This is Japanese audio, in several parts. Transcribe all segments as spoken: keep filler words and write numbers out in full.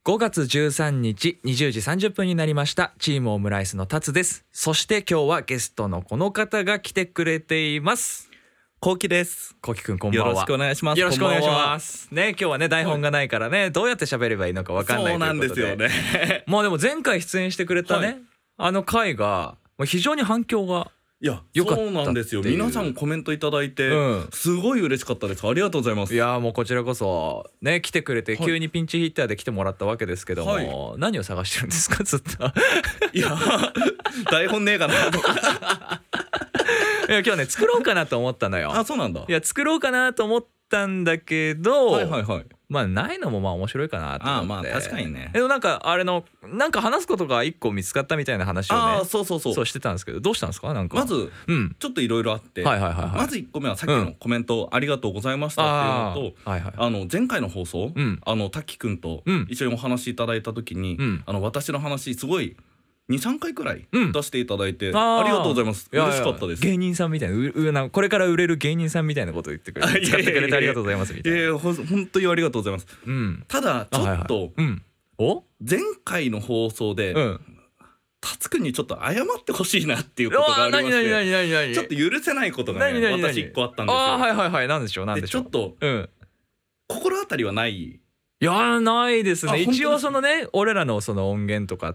ごがつじゅうさんにちにじゅうじさんじゅっぷんになりました。チームオムライスのタツです。そして今日はゲストのこの方が来てくれています。 コウキです。 コウキくんこんばんは。 よろしくお願いします。 よろしくお願いしますね。今日はね台本がないからね、はい、どうやって喋ればいいのか分かんないということで。 そうなんですよね。 もうでも前回出演してくれたね、はい、あの回が非常に反響がいやそうなんですよ。皆さんコメントいただいて、うん、すごい嬉しかったです。ありがとうございます。 いやもうこちらこそね来てくれて、急にピンチヒッターで来てもらったわけですけども、はい、何を探してるんですかずっと。 いや台本ねえかなと。 いや今日ね作ろうかなと思ったのよ。 あ、そうなんだ。 いや作ろうかなと思ったんだけど、 はいはいはい、 まあないのもまあ面白いかなと思って。 あ、まあ確かにね。 でもなんかあれのなんか話すことが一個見つかったみたいな話をね、 あ、そうそうそうそうしてたんですけど、どうしたんですか。なんかまず、うん、ちょっといろいろあって、はいはいはいはい、まずいっこめはさっきのコメント、うん、ありがとうございましたっていうのと、あ、はいはい、あの前回の放送、うん、あのタッキくんと一緒にお話しいただいた時に、うん、あの私の話すごいにさんかいくらい出していただいて、うん、あ, ありがとうございます。嬉しかったです。 芸人さんみたいな、ううなこれから売れる芸人さんみたいなことを言ってくれて、使ってくれてありがとうございますみたいな。いやいやほ本当にありがとうございます、うん、ただちょっと、はいはい、うん、お前回の放送で、うん、タツくんにちょっと謝ってほしいなっていうことがありまして、ちょっと許せないことがね私いっこあったんですよ。 あ、はいはいはい、なんでしょうなんでしょう。 でちょっと、うん、心当たりはない。 いやないですね。一応そのね俺らのその音源とかって、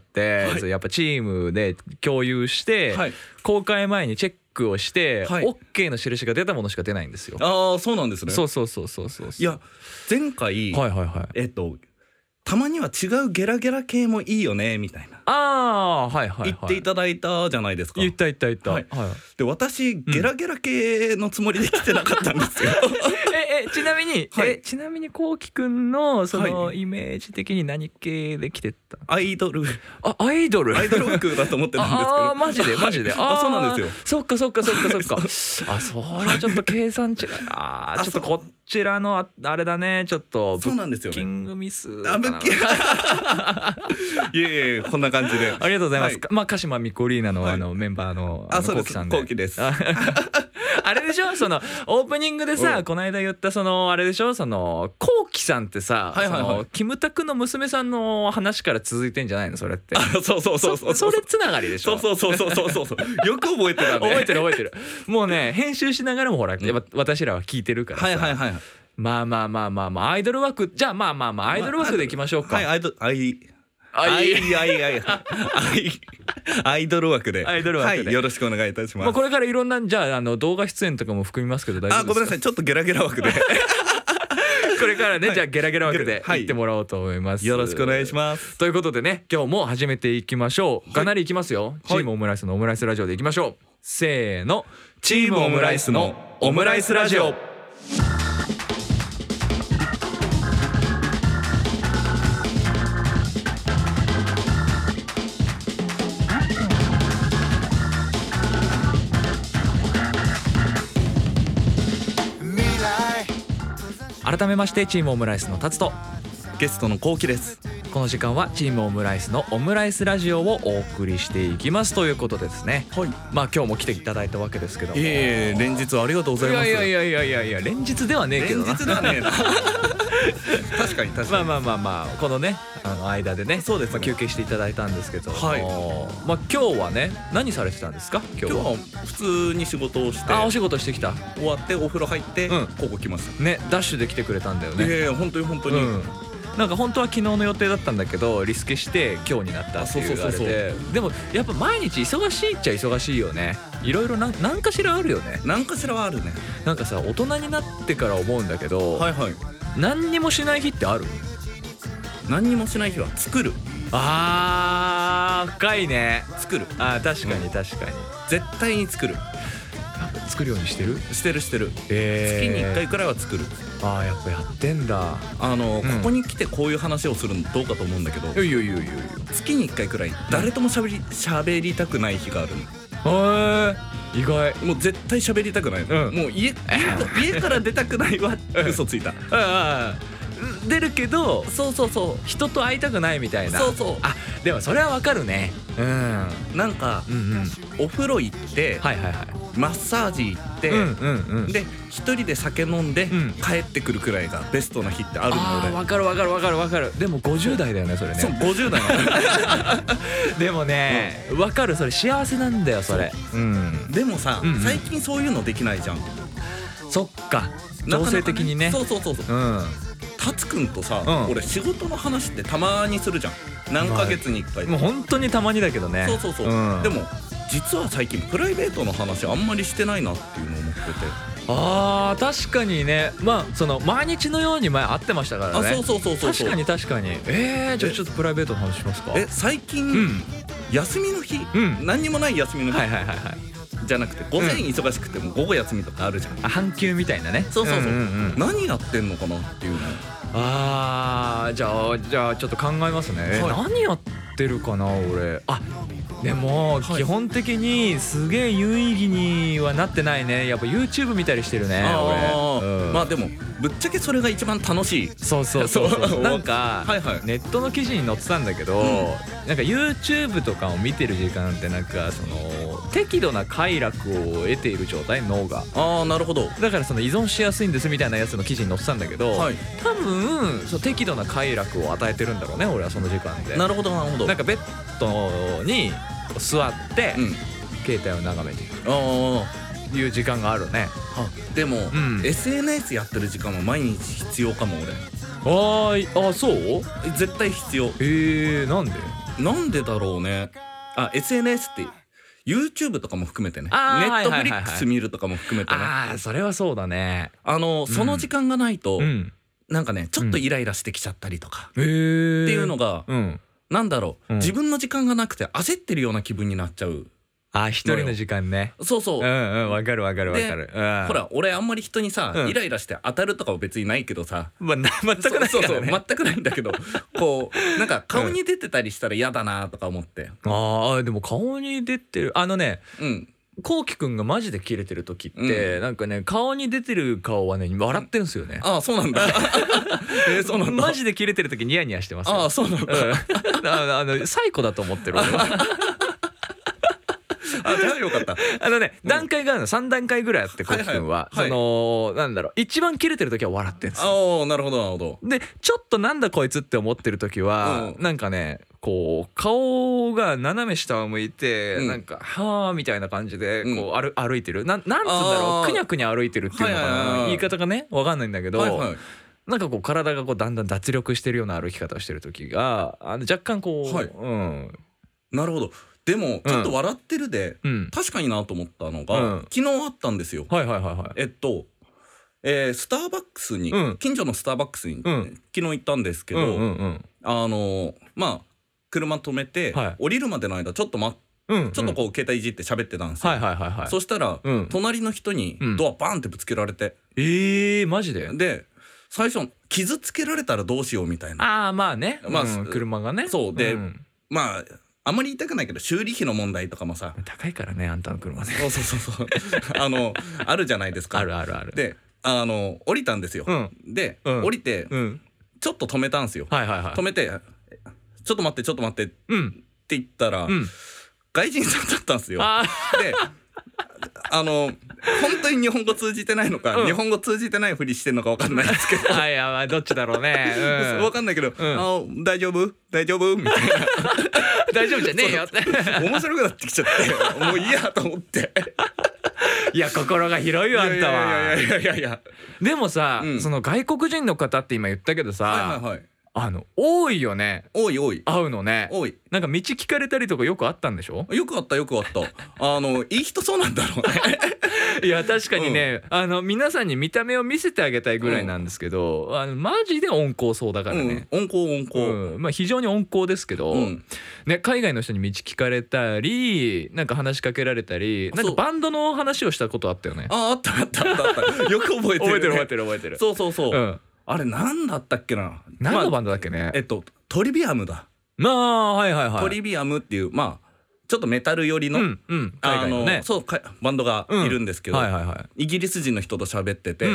はい、やっぱチームで共有して、はい、公開前にチェックをして、はい、オーケー の印が出たものしか出ないんですよ。 ああそうなんですね。 そうそうそうそうそう。 いや前回、はいはいはい、えっとたまには違うゲラゲラ系もいいよねみたいな、 あ、はいはいはい、 言っていただいたじゃないですか。 言った言った言った、はいはい、 で私ゲラゲラ系のつもりで来てなかったんですよ。 ええちなみに、はい、えちなみにこうきくんのそのイメージ的に何系で来てた？ アイドル。 あ、アイドル。 アイドル枠だと思ってたんですけど。 あ、マジでマジで。 あ、そうなんですよ。 そっかそっかそっかそっか。あ、それはちょっと計算違い。あ、ちょっとこっちらの あ, あれだね、ちょっとそうなんですよね。 ブッキングミス。 あ、ブッキング。いやいやこんな感じで。 ありがとうございます。はい、まあ鹿島ミコリーナの、はい、あのメンバーのあ、そうです。コウキです。 あれでしょ、そのオープニングでさ、この間言ったそのあれでしょ、そのコウキさんってさ、はいはいはい、そのキムタクの娘さんの話から続いてんじゃないのそれって。 あ、そうそうそうそう。 それつながりでしょ。 そうそうそうそうそうそう。よく覚えてたね。 覚えてる覚えてる。もうね編集しながらもほら、やっぱ私らは聞いてるからさ。 はいはいはい。 まあまあまあまあまあアイドル枠、じゃあまあまあまあアイドル枠でいきましょうか。 はい、アイドルアイアイアイアイアイドル枠で、 アイドル枠で、 はい、よろしくお願いいたします。 まあこれからいろんなじゃあ、あの動画出演とかも含みますけど大丈夫ですか？あ、 ごめんなさい、ちょっとゲラゲラ枠でこれからね、はい、じゃあゲラゲラ枠で行ってもらおうと思います、 はい、よろしくお願いします。 ということでね今日も始めていきましょう。がなりいきますよ、はい、チームオムライスのオムライスラジオでいきましょう。せーの、チームオムライスのオムライスラジオ。改めましてチームオムライスのタツとゲストのコウキです。 この時間はチームオムライスのオムライスラジオをお送りしていきますということでですね、はい、まあ今日も来ていただいたわけですけども、 えー、連日ありがとうございます。 いやいやいやいやいや連日ではねえけどな。 連日ではねえな確かに確かに。 まあまあまあまあこのねあの間でね、そうですね、まあ、休憩していただいたんですけど、はい、まあ今日はね何されてたんですか？今日は今日は普通に仕事をして、 あ、お仕事してきた。 終わってお風呂入って、うん、ここ来ましたね。ダッシュで来てくれたんだよね。 いやいや本当に本当に、うん、 なんか本当は昨日の予定だったんだけどリスケして今日になったっていうあれで、でもやっぱ毎日忙しいっちゃ忙しいよね。いろいろ何かしらあるよね。 何かしらはあるね。 なんかさ大人になってから思うんだけど、はいはい、何にもしない日ってある？ 何にもしない日は作る。 あー深いね。 作る。 あー確かに確かに、うん、 絶対に作る。 作るようにしてる？ してるしてる、えー、月にいっかいくらいは作る。 あーやっぱやってんだ。 あの、うん、ここに来てこういう話をするのどうかと思うんだけど、 いやいやいやいや月にいっかいくらい誰ともしゃべり、喋りたくない日があるの。 へー意外。 もう絶対喋りたくないの、うん、もう 家, 家, 家から出たくないは嘘ついた。 出るけどそうそうそう人と会いたくないみたいな。 そうそう。 あでもそれはわかるね。うんなんか、うんうん、お風呂行って、はいはいはい、マッサージ行って、うんうんうん、で一人で酒飲んで、うん、帰ってくるくらいがベストな日ってあるので。 わかるわかるわかるわかる。でもごじゅう代だよねそれね。 そうごじゅう代でもねわ、うん、かる。それ幸せなんだよそれ。 うん、でもさ、うんうん、最近そういうのできないじゃん。 そっか情勢的にね。 そうそうそうそう、うん、タツくんとさ、うん、俺仕事の話ってたまにするじゃん。何ヶ月にいっかい、 まあ、もう本当にたまにだけどね。 そうそうそう、うん、でも実は最近プライベートの話あんまりしてないなっていうのを思ってて。 あー確かにね。まあその毎日のように前会ってましたからね。 あそうそうそうそうそう。 確かに確かに。えー、じゃあちょっとプライベートの話しますか。 え最近、うん、休みの日、うん、何にもない休みの日、はいはいはいはい、じゃなくて午前忙しくても午後休みとかあるじゃん、うん、 あ半休みたいなね。 そうそうそう、うんうんうん、何やってんのかなっていうの。 あーじゃあじゃあちょっと考えますね、はい、何やってるかな俺。あでも基本的にすげえ有意義にはなってないね。やっぱ YouTube 見たりしてるね俺、 うん、まあでもぶっちゃけそれが一番楽しい。 そうそうそうそうなんかはい、はい、ネットの記事に載ってたんだけど、うん、なんか YouTube とかを見てる時間ってなんかその適度な快楽を得ている状態脳が。 ああなるほど。 だからその依存しやすいんですみたいなやつの記事に載ってたんだけど、はい、多分その適度な快楽を与えてるんだろうね俺はその時間で。 なるほどなるほど。 なんかベッドに座って、うん、携帯を眺めているという時間があるね。 でも、うん、エスエヌエス やってる時間は毎日必要かも俺。 あーあそう絶対必要。 えー、なんでなんでだろうね。あ エスエヌエス って YouTube とかも含めてね、Netflix 見るとかも含めてね。 ああそれはそうだね。 あのその時間がないと、うん、なんかねちょっとイライラしてきちゃったりとか、うん、っていうのが、うん、なんだろう、うん、自分の時間がなくて焦ってるような気分になっちゃう。 あ一人の時間ね。 そうそう。うんうんわかるわかるわかる。 うん、ほら俺あんまり人にさ、うん、イライラして当たるとかは別にないけどさ、 まあ、全くないからね。そうそう全くないんだけどこうなんか顔に出てたりしたら嫌だなとか思って。 うん、ああでも顔に出てるあのね。うんこうきくんがマジでキレてる時って、うん、なんかね顔に出てる顔はね笑ってんすよね。 ああそうなんだ。 えー、そうなんだ。マジでキレてる時ニヤニヤしてますよ。 ああそうなんだ。 うん、あのサイコだと思ってる俺は。 あじゃあよかった。 あのね、うん、段階があるのさん段階ぐらいあってこうきくんは、はいはい、そのなんだろう一番キレてる時は笑ってんすよ。 ああなるほどなるほど。 でちょっとなんだこいつって思ってる時は、うん、なんかねこう顔が斜め下を向いて、うん、なんかはあみたいな感じでこう歩、歩いてるな、なんつうんだろうくにゃくにゃ歩いてるっていうのかな、はいはいはい、言い方がねわかんないんだけど、はいはい、なんかこう体がこうだんだん脱力してるような歩き方をしてる時があの若干こう、はいうん、 なるほど。でもちょっと笑ってるで、うん、確かになと思ったのが、うん、昨日あったんですよ。はいはいはいはい。えっと、えー、スターバックスに、うん、近所のスターバックスに、うん、昨日行ったんですけど、うんうんうん、あのまあ車止めて、はい、降りるまでの間ちょっと待って、うんうん、ちょっとこう携帯いじって喋ってたんですよ。はいはいはいはい、そしたら、うん、隣の人にドアバーンってぶつけられて、 うん、えーマジで？ で最初傷つけられたらどうしようみたいな。 ああまあね、まあうん、車がね。 そうで、うん、まああんまり言いたくないけど修理費の問題とかもさ高いからねあんたの車ね。 そうそうそうそうあのあるじゃないですか。 あるあるある。 であの降りたんですよ、うん、で、うん、降りて、うん、ちょっと止めたんですよ、はいはいはい、止めてちょっと待ってちょっと待って、うん、って言ったら、うん、外人さんだったんですよ。であの本当に日本語通じてないのか、うん、日本語通じてないふりしてんのか分かんないですけどはいや、まあ、どっちだろうね、 うん、分かんないけど、うん、あ大丈夫大丈夫みたいな大丈夫じゃねえよって面白くなってきちゃってもういいやと思っていや心が広いよあんたは。 いやいやいやいやでもさ、うん、その外国人の方って今言ったけどさ、はいはいはい、あの多いよね。 多い多い会うのね。 多い。 なんか道聞かれたりとかよくあったんでしょ？ よくあったよくあった。あのいい人そうなんだろうねいや確かにね、うん、あの皆さんに見た目を見せてあげたいぐらいなんですけど、うん、あのマジで温厚そうだからね、 うん、温厚温厚、 うん、まあ非常に温厚ですけど、うん、ね海外の人に道聞かれたりなんか話しかけられたりなんかバンドの話をしたことあったよね。 ああったあったあったあったよく覚えてる、ね、 覚えてる覚えてる覚えてる。 そうそうそう、うん、あれ何だったっけな。 何のバンドだっけね、まあ、 えっとトリビアムだ。 まあはいはいはい。 トリビアムっていうまあちょっとメタル寄りの、うんうん、海外のねそうバンドがいるんですけど、うんはいはいはい、イギリス人の人と喋ってて、うん、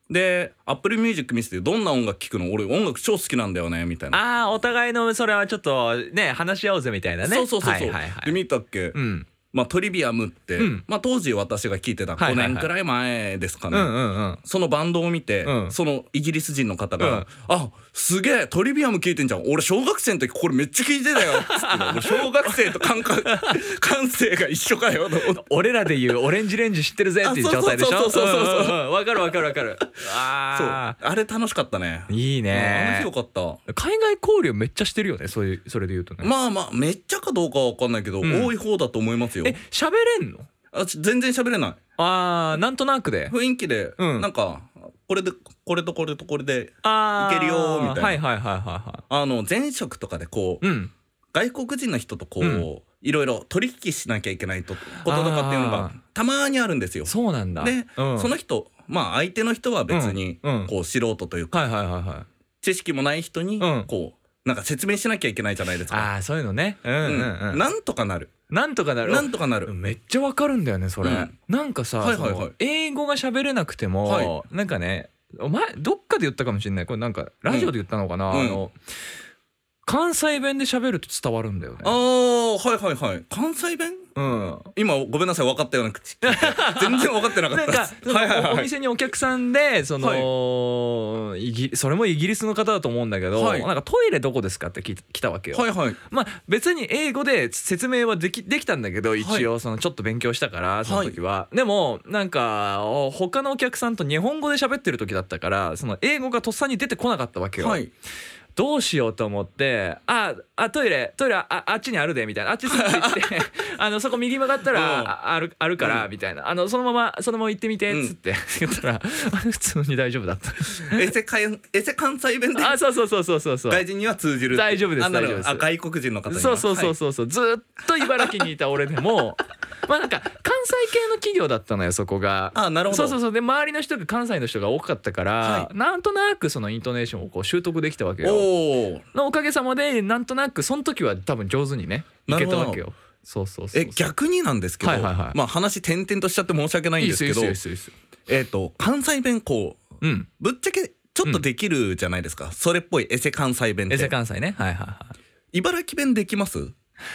で Apple Music 見せてどんな音楽聴くの、俺音楽超好きなんだよねみたいな。 ああお互いのそれはちょっとね話し合おうぜみたいなね。 そうそうそうそう、 はいはいはい、 で見たっけ、うん、まあ、トリビアムって、うん、まあ、当時私が聴いてたごねんくらい前ですかね、そのバンドを見て、うん、そのイギリス人の方が、うん、あすげえトリビアム聴いてんじゃん、俺小学生の時これめっちゃ聴いてたよっつって小学生と感覚感性が一緒かよ俺らで言うオレンジレンジ知ってるぜっていう状態でしょ。そうそうそうそうそう、わかるわかるわかる。 ああれ楽しかったね。 いいね、 あの日よかった。 海外交流めっちゃしてるよね、そういうそれで言うとね。 まあまあめっちゃかどうかは分かんないけど、うん、多い方だと思いますよ。 え喋れんの？ あ全然喋れない。 あーなんとなくで雰囲気で、うん、なんかこれでこれとこれとこれでいけるよみたいな。 はいはいはいはいはい。 あの前職とかでこう、うん、外国人の人とこう、うん、いろいろ取引しなきゃいけないとこととかっていうのがたまにあるんですよ。 そうなんだ。 で、うん、その人まあ相手の人は別にこう素人というか、 はいはいはいはい、 知識もない人にこうなんか説明しなきゃいけないじゃないですか。 ああそういうのね。うんうんうん。 なんとかなる。 なんとかなる。 なんとかなる。 めっちゃわかるんだよねそれ。うん、なんかさ、はいはいはい、英語が喋れなくても、はい、なんかね、お前どっかで言ったかもしれない。これなんかラジオで言ったのかな。うん、あの関西弁で喋ると伝わるんだよね。 ああはいはいはい。関西弁？うん。今ごめんなさい分かったような口。全然分かってなかった。なんかはいはいはい、お店にお客さんでその、はい、イギそれもイギリスの方だと思うんだけど、はい、なんかトイレどこですかって来たわけよ。はいはい。まあ別に英語で説明はできできたんだけど、一応そのちょっと勉強したからその時は、はい、でもなんか他のお客さんと日本語で喋ってる時だったからその英語がとっさに出てこなかったわけよ。はい。どうしようと思ってああトイレトイレ あ, あっちにあるでみたいな、あっちすぐって言ってあのそこ右曲がったら、うん、あ, るあるからみたいな、あのそのままそのまま行ってみてっつって、うん、言ったら普通に大丈夫だった。 エセ関西弁であそうそうそうそうそうそう外人には通じる。 大丈夫です大丈夫です。 あ外国人の方にはそうそうそうそうそう、はい、ずっと茨城にいた俺でもまあなんか関西系の企業だったのよそこが。 あなるほど。 そうそうそう、で周りの人が関西の人が多かったから、はい、なんとなくそのイントネーションをこう習得できたわけよ。のおかげさまでなんとなくその時は多分上手にねいけたわけよ。そうそうそうそう。 え逆になんですけど、はいはいはい、まあ話点々としちゃって申し訳ないんですけど、えっと関西弁こう、うん、ぶっちゃけちょっとできるじゃないですか、うん、それっぽいエセ関西弁って。 エセ関西ね、はいはいはい。 茨城弁できます？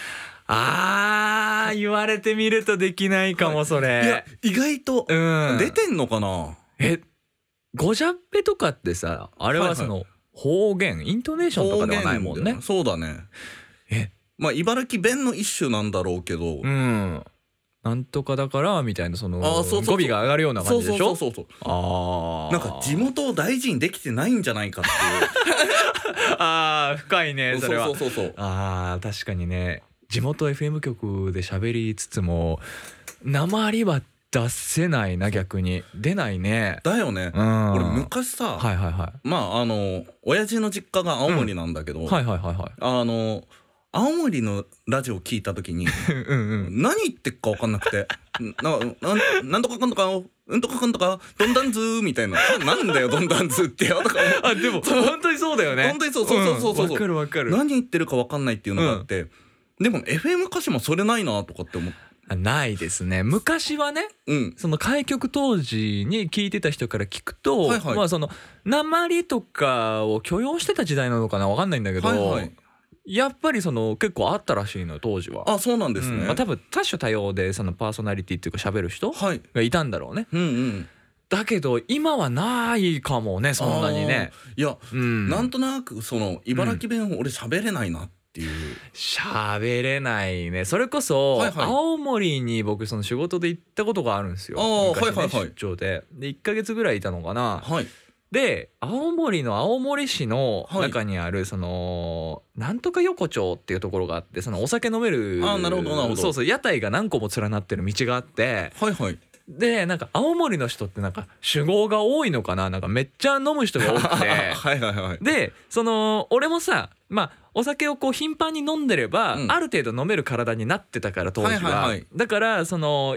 あー言われてみるとできないかもそれ、はい、いや意外と出てんのかな、うん、 えごじゃっぺとかってさあれはその、はいはい、方言イントネーションとかではないもんね。 そうだね。えまあ茨城弁の一種なんだろうけど、うんなんとかだからみたいなその語尾が上がるような感じでしょ。 そうそうそうそうそう。ああなんか地元を大事にできてないんじゃないかっていうあー深いねそれは。 そうそうそうそう。 あー確かにね、地元 エフエム 局で喋りつつも訛りは出せないな。逆に出ないね。 だよね、うん、俺昔さ、 はいはいはい、 まああの親父の実家が青森なんだけど、うん、はいはいはいはい、あの青森のラジオ聞いた時にうん、うん、何言ってっか分かんなくてな, な, なんとかかんとかうんとかかんとかどんだんずーみたいななんだよどんだんずーってよとかあでも本当にそうだよね。 本当にそうそうそうそうそう、 分かる分かる。 何言ってるか分かんないっていうのがあって、うん、でも エフエム 歌詞もそれないなとかって思って。 ないですね。昔はね、うん、その開局当時に聞いてた人から聞くと、はいはい、まあその訛りとかを許容してた時代なのかな分かんないんだけど、はいはい、やっぱりその結構あったらしいの当時は。 あそうなんですね、うんまあ、 多分多種多様でそのパーソナリティっていうか喋る人がいたんだろうね、はいうんうん、だけど今はないかもねそんなにね。 いや、うん、なんとなくその茨城弁を俺喋れないなってっていう。 喋れないね。それこそ、はいはい、青森に僕その仕事で行ったことがあるんですよ。昔ね、はいはいはい、出張ででいっかげつぐらいいたのかな、はい、で青森の青森市の中にあるその、はい、なんとか横丁っていうところがあって、そのお酒飲めるあなるほどなるほどそうそう屋台が何個も連なってる道があって、 はいはい、 でなんか青森の人ってなんか酒豪が多いのかな、なんかめっちゃ飲む人が多くてはいはい、はい、でその俺もさまあお酒をこう頻繁に飲んでれば、うん、ある程度飲める体になってたから当時は、はいはいはい、だからそのい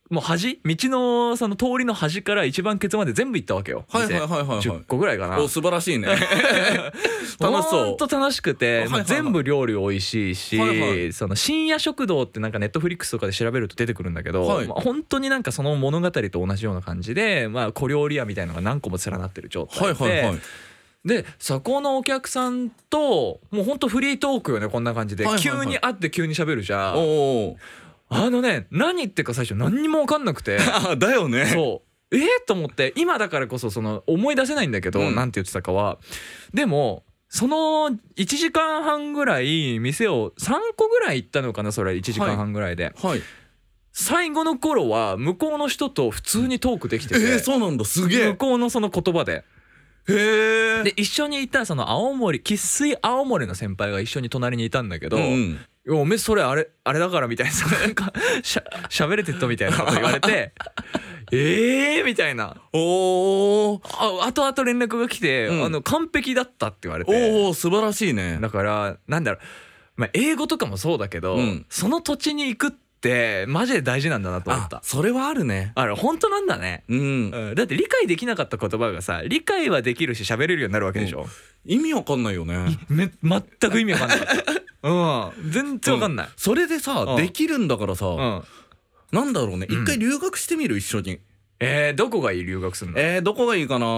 もう端道のその通りの端から一番ケツまで全部行ったわけよ。 はいはいはいはい、はい、 じゅっこぐらいかな。 お素晴らしいね楽しそう。ほんと楽しくて、はいはいはい、全部料理美味しいし、はいはい、その深夜食堂ってなんかネットフリックスとかで調べると出てくるんだけど、はい、まあ、本当になんかその物語と同じような感じで、まあ、小料理屋みたいなのが何個も連なってる状態で、はいはいはい、でそこのお客さんともうほんとフリートークよね。こんな感じで、はいはいはい、急に会って急に喋るじゃん。おー、あのね、何言ってか最初何にも分かんなくてだよね。 そうえー、と思って今だからこそその思い出せないんだけど、うん、なんて言ってたかは。でもそのいちじかんはんぐらい店をさんこぐらい行ったのかな、それいちじかんはんぐらいで、はいはい、最後の頃は向こうの人と普通にトークできてて、 えー、そうなんだ、すげえ。 向こうのその言葉で、へー。で一緒にいたその青森生粋青森の先輩が一緒に隣にいたんだけど、うん、おめえそれあれあれだからみたいな、なんかしゃ喋れてったみたいなこと言われてえーみたいな。おお。あ後々連絡が来て、うん、あの完璧だったって言われて。 おお素晴らしいね。 だからなんだろう、まあ、英語とかもそうだけど、うん、その土地に行くってマジで大事なんだなと思った。 それはあるね。 あれ本当なんだね、うん、うん、だって理解できなかった言葉がさ理解はできるし喋れるようになるわけでしょ、 うん、意味わかんないよね。 め全く意味わかんなかったうん、全然わかんない、うん、 それでさ、うん、できるんだからさ、うん、なんだろうね、一回留学してみる、一緒に。 えー、どこがいい？留学するの？ えー、どこがいいかな、うん、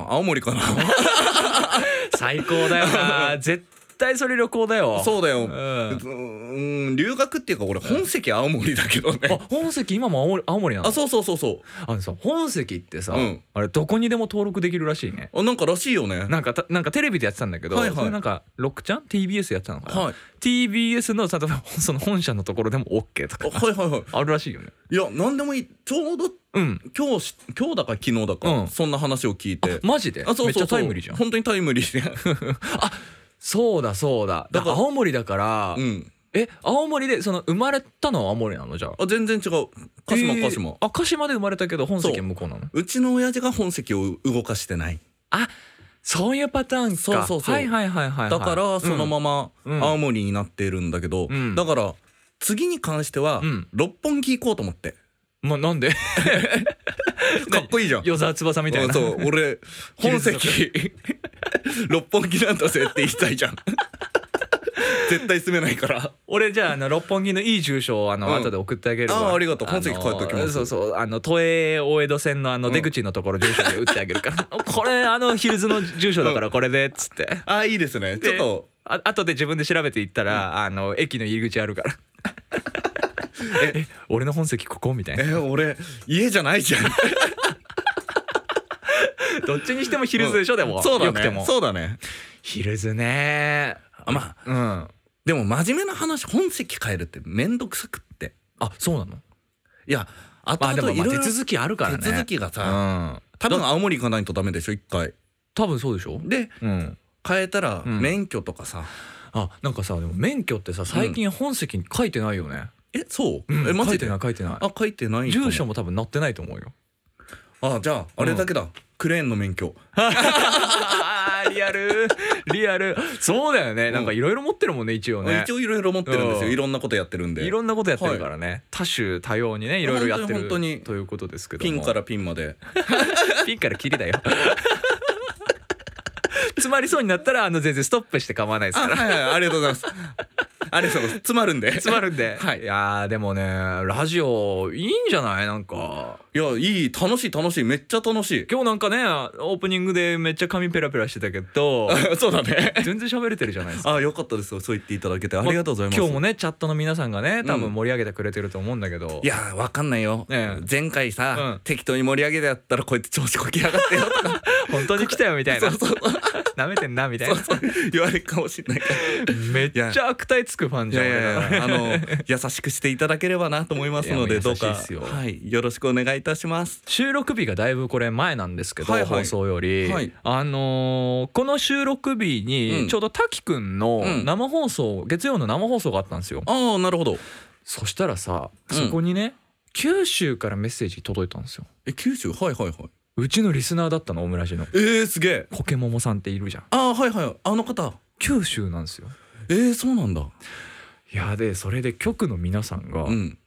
青森かな最高だよな絶対それ旅行だよ。 そうだよ、うん、うん、留学っていうか俺本籍青森だけどね。 あ、本籍今も青森、青森なの？ あ、そうそうそうそう。 あのさ、本籍ってさ、うん、あれどこにでも登録できるらしいね。 あ、なんからしいよね。 なんかたなんかテレビでやってたんだけど、はいはい、それなんかロックちゃん ティービーエス やってたのかな、はい、ティービーエス の例えばその本社のところでも OK とか、はいはいはい、あるらしいよね。 いや、なんでもいい。ちょうど、うん、今日今日だか昨日だか、うん、そんな話を聞いて。 マジで？あ、そうそうそう、めっちゃタイムリーじゃん。 本当にタイムリーであ、そうだそうだ。だから青森だから、うん、え、青森でその生まれたのは青森なの？じゃあ。 あ、全然違う。鹿島、えー、鹿島。 あ、鹿島で生まれたけど本籍は向こうなの？ うちの親父が本籍を動かしてない。 あ、そういうパターンか。 そうそうそう。 はいはいはいはい、はい。 だからそのまま青森になっているんだけど、うん、だから次に関しては、うん、六本木行こうと思って。 まあ、なんでかっこいいじゃん。 与沢翼みたいな。 そう、俺本籍六本木なんだぜって言いたいじゃん絶対住めないから。 俺じゃあ、あの六本木のいい住所をあの、うん、後で送ってあげるわ。 ああ、ありがとう。本籍書いておきます。 そうそう、あの都営大江戸線のあの出口のところ住所で打ってあげるから、うん、これあのヒルズの住所だからこれでっつって、うん、 ああ、いいですね。ちょっとあ後で自分で調べていったら、うん、あの駅の入り口あるからえ, え俺の本籍ここみたいな。 え、俺家じゃないじゃんどっちにしてもヒルズでしょ、うん、でもそうだね、 よくてもそうだね、 ヒルズね。 あ、まあ、うん、でも真面目な話、本籍変えるってめんどくさくって。 あ、そうなの？ いや、あとあといろいろ手続きあるからね。 手続きがさ、うん、多分青森行かないとダメでしょ、一回。 多分そうでしょ。 で、うん、変えたら免許とかさ、 うん、あ、なんかさ、でも免許ってさ最近本籍に書いてないよね、 うん、え、そう、 うん、 え、マジで？ 書いてない書いてない。 あ、書いてない。 住所も多分載ってないと思うよ。 あ、じゃああれだけだ、うん、クレーンの免許リアルリアル。そうだよね、なんかいろいろ持ってるもんね、一応ね。 一応いろいろ持ってるんですよ、いろんなことやってるんで。 いろんなことやってるからね、はい、多種多様にね、いろいろやってる本当にということですけども、 ピンからピンまでピンからキリだよ詰まりそうになったらあの全然ストップして構わないですから。 あ、はいはい、ありがとうございますあれ、そう、詰まるんで詰まるんで、はい、いやーでもね、ラジオいいんじゃない？なんか、 いや、いい、楽しい楽しい、めっちゃ楽しい。 今日なんかね、オープニングでめっちゃ髪ペラペラしてたけどそうだね、 全然喋れてるじゃないですか。 あ、よかったですよ、そう言っていただけてありがとうございます、 ま、今日もね、チャットの皆さんがね、多分盛り上げてくれてると思うんだけど、うん、 いや、わかんないよ、ね、前回さ、うん、適当に盛り上げてやったらこうやって調子こきやがってよとか本当に来たよみたいなそうそうなめてんなみたいなそうそう言われるかもしれないからめっちゃ悪態つくファンじゃん。いやいやいや、 あの優しくしていただければなと思いますので、どうか、はい、よろしくお願いいたします。 収録日がだいぶこれ前なんですけど、はいはい、放送より、はい、あのー、この収録日にちょうど滝くんの生放送、うん、月曜の生放送があったんですよ。 ああ、なるほど。 そしたらさ、そこにね、うん、九州からメッセージ届いたんですよ。 え、九州？はいはいはい。 うちのリスナーだったの、オムラジの。 えー、すげえ。 コケモモさんっているじゃん。 ああ、はいはい、あの方九州なんですよ。 えー、そうなんだ。 いや、でそれで局の皆さんが、うん、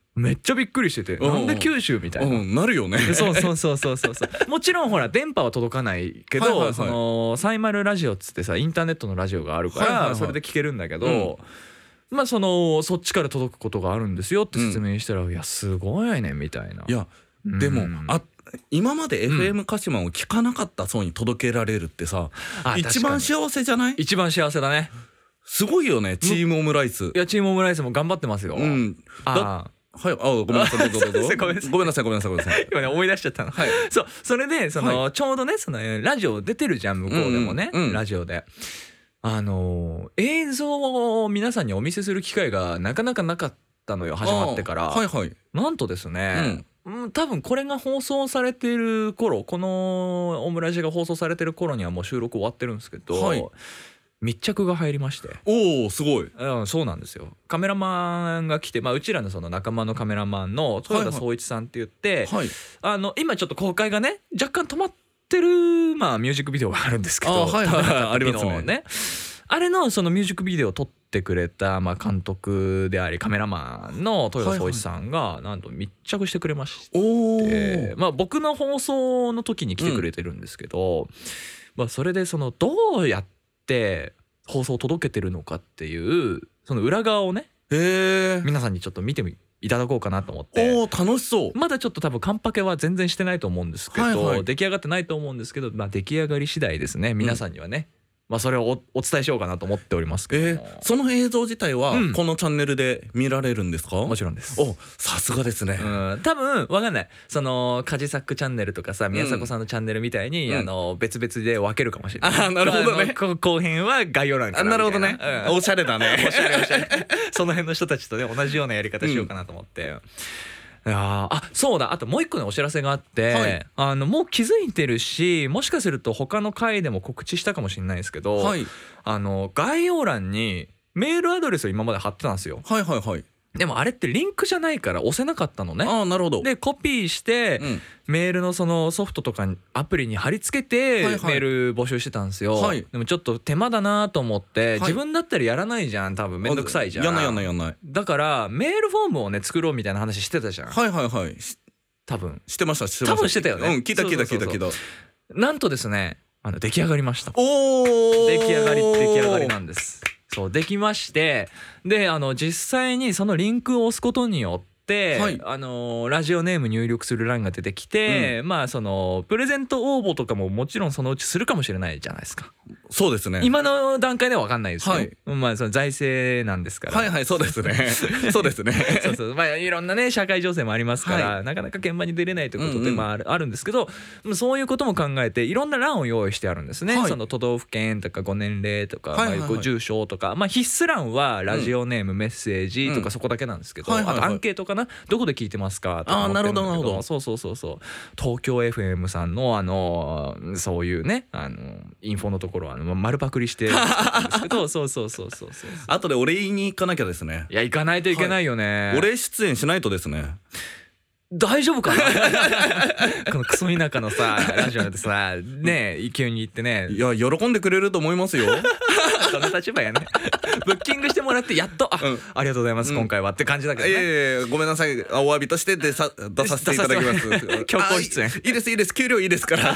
めっちゃびっくりしてて、なんで九州みたいな、 うん、なるよね。 そうそうそうそうそうそうもちろんほら電波は届かないけど、はいはいはい、そのサイマルラジオっつってさインターネットのラジオがあるから、はいはいはい、それで聞けるんだけど、うん、まあそのそっちから届くことがあるんですよって説明したら、うん、いやすごいねみたいな。 いやでも、うん、あ今まで エフエム 鹿島を聞かなかった層に届けられるってさ、うん、一番幸せじゃない？ 一番幸せだね。 すごいよねチームオムライス。 いやチームオムライスも頑張ってますよ。うん、 あはい、あごめんなさいどうぞどうぞごめんなさいごめんなさいごめんなさいごめんなさい今ね思い出しちゃったの、はい、そうそれでその、はい、ちょうどねそのラジオ出てるじゃん向こうでもね、うんうん、ラジオであのー、映像を皆さんにお見せする機会がなかなかなかったのよ始まってから、はいはい、なんとですね、うん、多分これが放送されてる頃このオムラジが放送されてる頃にはもう収録終わってるんですけど、はい、密着が入りまして。 おおすごい、 うん、そうなんですよ。カメラマンが来て、まあ、うちらのその仲間のカメラマンの豊田総一さんって言って、はいはい、あの今ちょっと公開がね若干止まってる、まあ、ミュージックビデオがあるんですけど、あ、はいはいはい、ありますね。あれのそのミュージックビデオを撮ってくれた、まあ、監督でありカメラマンの豊田総一さんがなんと密着してくれまして、はいはい、まあ、僕の放送の時に来てくれてるんですけど、うん、まあ、それでそのどうやって放送を届けてるのかっていうその裏側をね、へー、皆さんにちょっと見ていただこうかなと思って。 おー楽しそう。 まだちょっと多分カンパケは全然してないと思うんですけど、はいはい、出来上がってないと思うんですけど、まあ、出来上がり次第ですね皆さんにはね、うん、まあ、それを お, お伝えしようかなと思っておりますけど、えー、 その映像自体はこのチャンネルで見られるんですか？ うん、もちろんです。 おさすがですね。 うん、多分わかんないそのカジサックチャンネルとかさ宮迫さんのチャンネルみたいに、うん、あの別々で分けるかもしれない。 あなるほどね。 後編は概要欄からみたいな。 なるほどね、うん、おしゃれだねおしゃれおしゃれその辺の人たちとね同じようなやり方しようかなと思って、うん、いやあそうだあともう一個のお知らせがあって、はい、あのもう気づいてるしもしかすると他の回でも告知したかもしれないですけど、はい、あの概要欄にメールアドレスを今まで貼ってたんですよ。 はいはいはい。 でもあれってリンクじゃないから押せなかったのね。 ああなるほど。 でコピーして、うん、メールのそのソフトとかアプリに貼り付けて、はいはい、メール募集してたんですよ、はい、でもちょっと手間だなと思って、はい、自分だったらやらないじゃん多分めんどくさいじゃん。 やんないやんないやんない。 だからメールフォームをね作ろうみたいな話してたじゃん。 はいはいはい。 多分してましたしてました。 多分してたよね。 うん聞いた聞いた聞いた聞いた。 なんとですねあの出来上がりました。 おー出来上がり出来上がりなんです。そうできましてであの実際にそのリンクを押すことによって、はい、あのラジオネーム入力する欄が出てきて、うん、まあそのプレゼント応募とかももちろんそのうちするかもしれないじゃないですか。 そうですね。 今の段階では分かんないですよ、はい、まあその財政なんですから。 はいはいそうですねそうですねそうそうまあいろんなね社会情勢もありますから、はい、なかなか現場に出れないということで、うんうん、まあ、あるんですけどそういうことも考えていろんな欄を用意してあるんですね、はい、その都道府県とかご年齢とか、はいはいはい、ご住所とか、まあ、必須欄はラジオネーム、うん、メッセージとかそこだけなんですけど、うんはいはいはい、あとアンケートかなどこで聞いてますかとか思ってるんだけど。あなるほどなるほど。そうそうそうそう東京 エフエム さんのあのそういうねあのインフォのところは丸パクリしてるんですけどそうそうそうそうそう後でお礼言いに行かなきゃですね。 いや行かないといけないよね、 はい、お礼出演しないとですね。 大丈夫かなこのクソ田舎のさラジオでさねえ勢いに行ってね。 いや喜んでくれると思いますよその立場やねブッキングしてもらってやっと あ,、うん、ありがとうございます、うん、今回はって感じだけどね。いやいやごめんなさいお詫びとしてでさ出させていただきます強行出演いいですいいです給料いいですから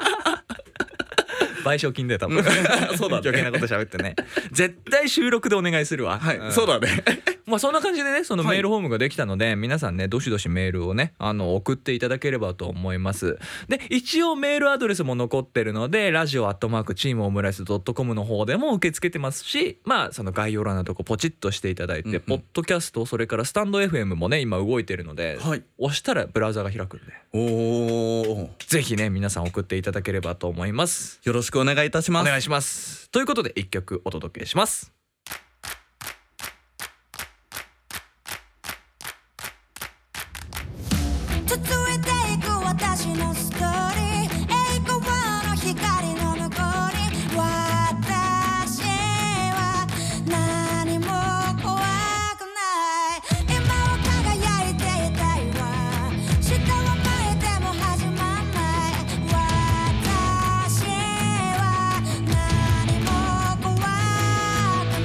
賠償金で多分そうだね余計なこと喋ってね絶対収録でお願いするわ。 はい、 うん、 そうだねまあそんな感じでねそのメールフォームができたので、はい、皆さんねどしどしメールをねあの送っていただければと思います。で一応メールアドレスも残ってるのでラジオアットマークチームオムライスドットコムの方でも受け付けてますしまあその概要欄のとこポチッとしていただいて、うんうん、ポッドキャストそれからスタンド エフエム もね今動いてるので、はい、押したらブラウザが開くんでおぜひね皆さん送っていただければと思います。 よろしくお願いいたします。 お願いします。ということでいっきょくお届けします。 続いていく私のストーリー栄光の光の向こうに私は何も怖くない今は輝いていたいわ下は前でも始まんない私は何も怖く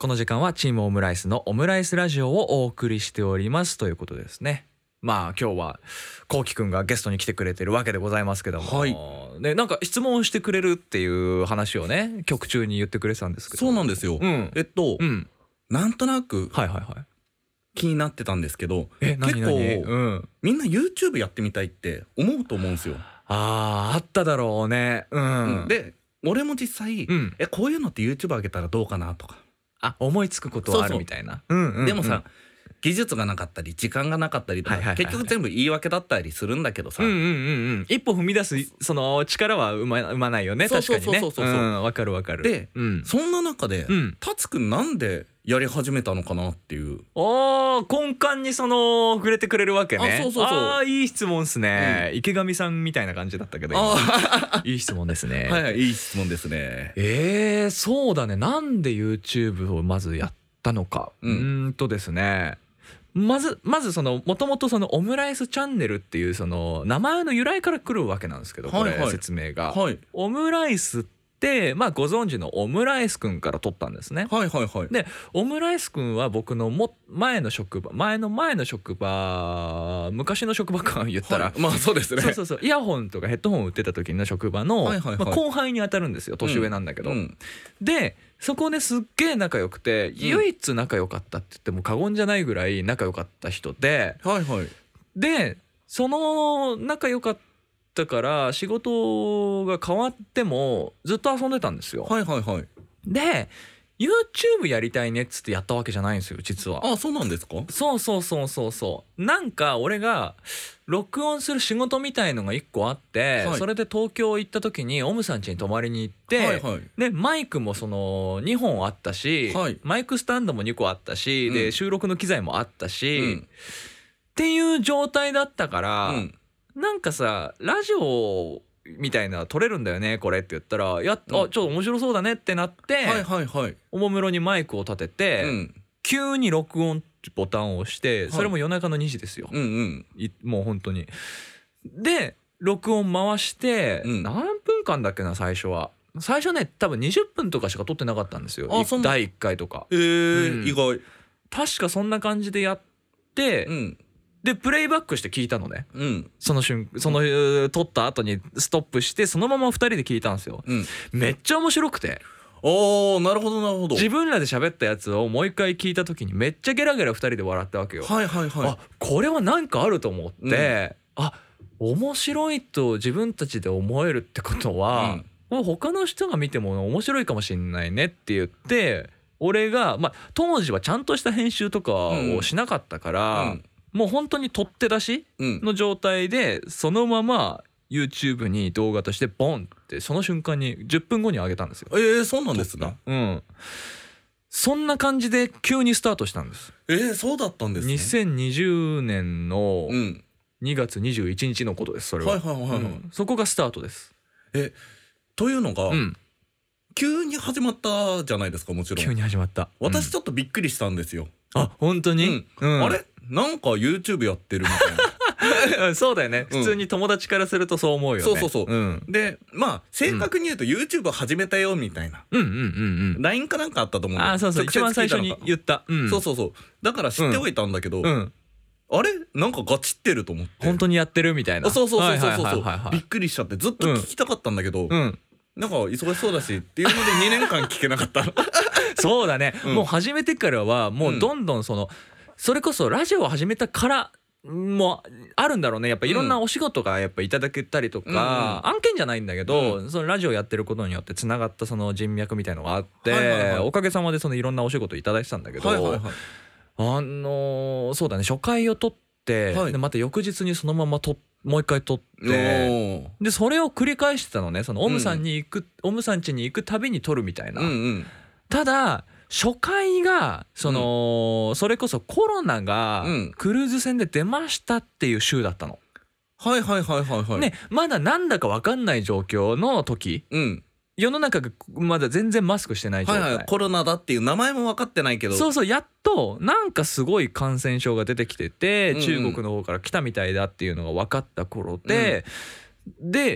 この時間はチームオムライスのオムライスラジオをお送りしておりますということですね。まあ今日はこうきくんがゲストに来てくれてるわけでございますけども、はい、ね、なんか質問をしてくれるっていう話をね曲中に言ってくれてたんですけど。 そうなんですよ、うん、えっと、うん、なんとなく気になってたんですけど、え結構、うん、みんな YouTube やってみたいって思うと思うんですよ。 あー、あっただろうね、うん、 うん、で俺も実際、うん、えこういうのって YouTube 上げたらどうかなとか、 あ思いつくことはあるみたいな。 でもさ技術がなかったり時間がなかったりとか、はいはいはいはい、結局全部言い訳だったりするんだけどさ、うんうんうんうん、 一歩踏み出すその力は生ま、生まないよね。確かにね。そうそうそうそう、うん、わかるわかる。 で、うん、そんな中で、うん、タツくんなんでやり始めたのかなっていう。 あー、根幹にその触れてくれるわけね。 あ、そうそうそう。 あー、いい質問っすね、うん、池上さんみたいな感じだったけどあいい質問ですね。 はいはい、いい質問ですね。 えー、そうだね。なんで YouTube をまずやったのか、うん、うーんとですね、まずまずそのもともとそのオムライスチャンネルっていうその名前の由来から来るわけなんですけど、これ説明が、はいはい、オムライスってまあご存知のオムライスくんから取ったんですね。 はいはいはい。 でオムライスくんは僕のも前の職場前の前の職場昔の職場か言ったら、はい、 まあそうですね。 そうそうそう、イヤホンとかヘッドホン売ってた時の職場の、はいはいはい、まあ、後輩に当たるんですよ。年上なんだけど、うんうん、でそこですっげえ仲良くて、うん、唯一仲良かったって言っても過言じゃないぐらい仲良かった人で、 はいはい、 でその仲良かったから仕事が変わってもずっと遊んでたんですよ。 はいはいはい。 で YouTube やりたいねっつってやったわけじゃないんですよ実は。 あ、そうなんですか。 そうそうそうそうそう。なんか俺が録音する仕事みたいのがいっこあって、はい、それで東京行った時にオムさん家に泊まりに行って、はいはい、でマイクもそのにほんあったし、はい、マイクスタンドもにこあったし、うん、で収録の機材もあったし、うん、っていう状態だったから、うん、なんかさラジオみたいな撮れるんだよねこれって言ったら、やっ、うん、あちょっと面白そうだねってなって、はいはいはい、おもむろにマイクを立てて、うん、急に録音ボタンを押して、はい、それも夜中のにじですよ、うんうん、もう本当に。で録音回して、うん、何分間だっけな最初は。最初ね多分にじゅっぷんとかしか撮ってなかったんですよ。だいいっかいとか。 えーうん、意外。 確かそんな感じでやって、うん、でプレイバックして聞いたのね、うん、その瞬その撮った後にストップしてそのままふたりで聞いたんですよ、うん、めっちゃ面白くて。 おー、なるほどなるほど。 自分らで喋ったやつをもう一回聞いた時にめっちゃゲラゲラふたりで笑ったわけよ。 はいはいはい。 あこれはなんかあると思って、うん、あ面白いと自分たちで思えるってことは、うん、他の人が見ても面白いかもしんないねって言って、俺がまあ当時はちゃんとした編集とかをしなかったから、うんうん、もう本当に取って出しの状態でそのまま YouTube に動画としてボンってその瞬間にじゅっぷんごに上げたんですよ。 えー、そうなんですね。 うん。そんな感じで急にスタートしたんです。 えー、そうだったんですね。 にせんにじゅうねんのにがつにじゅういちにちのことですそれは。はいはいはい、はい、うん、そこがスタートです。 えというのが、うん、急に始まったじゃないですか。もちろん急に始まった。 私ちょっとびっくりしたんですよ。 うん、あ本当に、 うんうん、あれなんか YouTube やってるみたいなそうだよね、普通に友達からするとそう思うよね。 そうそうそう、うん、でまあ正確に言うと YouTube 始めたよみたいな、うんうんうんうん、ライン かなんかあったと思うんだよ。 あそうそう一番最初に言った、 うん、そうそうそうだから知っておいたんだけど、うんうん、あれなんかガチってると思って本当にやってるみたいな。 そうそうそうそうそうびっくりしちゃってずっと聞きたかったんだけど、うん、なんか忙しそうだしっていうのでにねんかん聞けなかったそうだね、うん、もう始めてからはもうどんどんその、うん、それこそラジオを始めたからもあるんだろうね。やっぱいろんなお仕事がやっぱいただけたりとか、うん、案件じゃないんだけど、うん、そのラジオやってることによってつながったその人脈みたいのがあって、はいはいはい、おかげさまでそのいろんなお仕事いただいてたんだけど、はいはいはい、あのー、そうだね初回を撮って、はい、でまた翌日にそのまま撮もう一回撮ってでそれを繰り返してたのね。そのオムさんに行く、うん、オムさん家に行くたびに撮るみたいな、うんうん、ただ初回がその、うん、それこそコロナがクルーズ船で出ましたっていう週だったの、 うん、はいはいはいはいはいね、まだなんだか分かんない状況の時、うん、世の中がまだ全然マスクしてない状態、はいはい、 コロナだっていう名前も分かってないけどそうそうやっとなんかすごい感染症が出てきてて、うんうん、中国の方から来たみたいだっていうのが分かった頃で、うん、で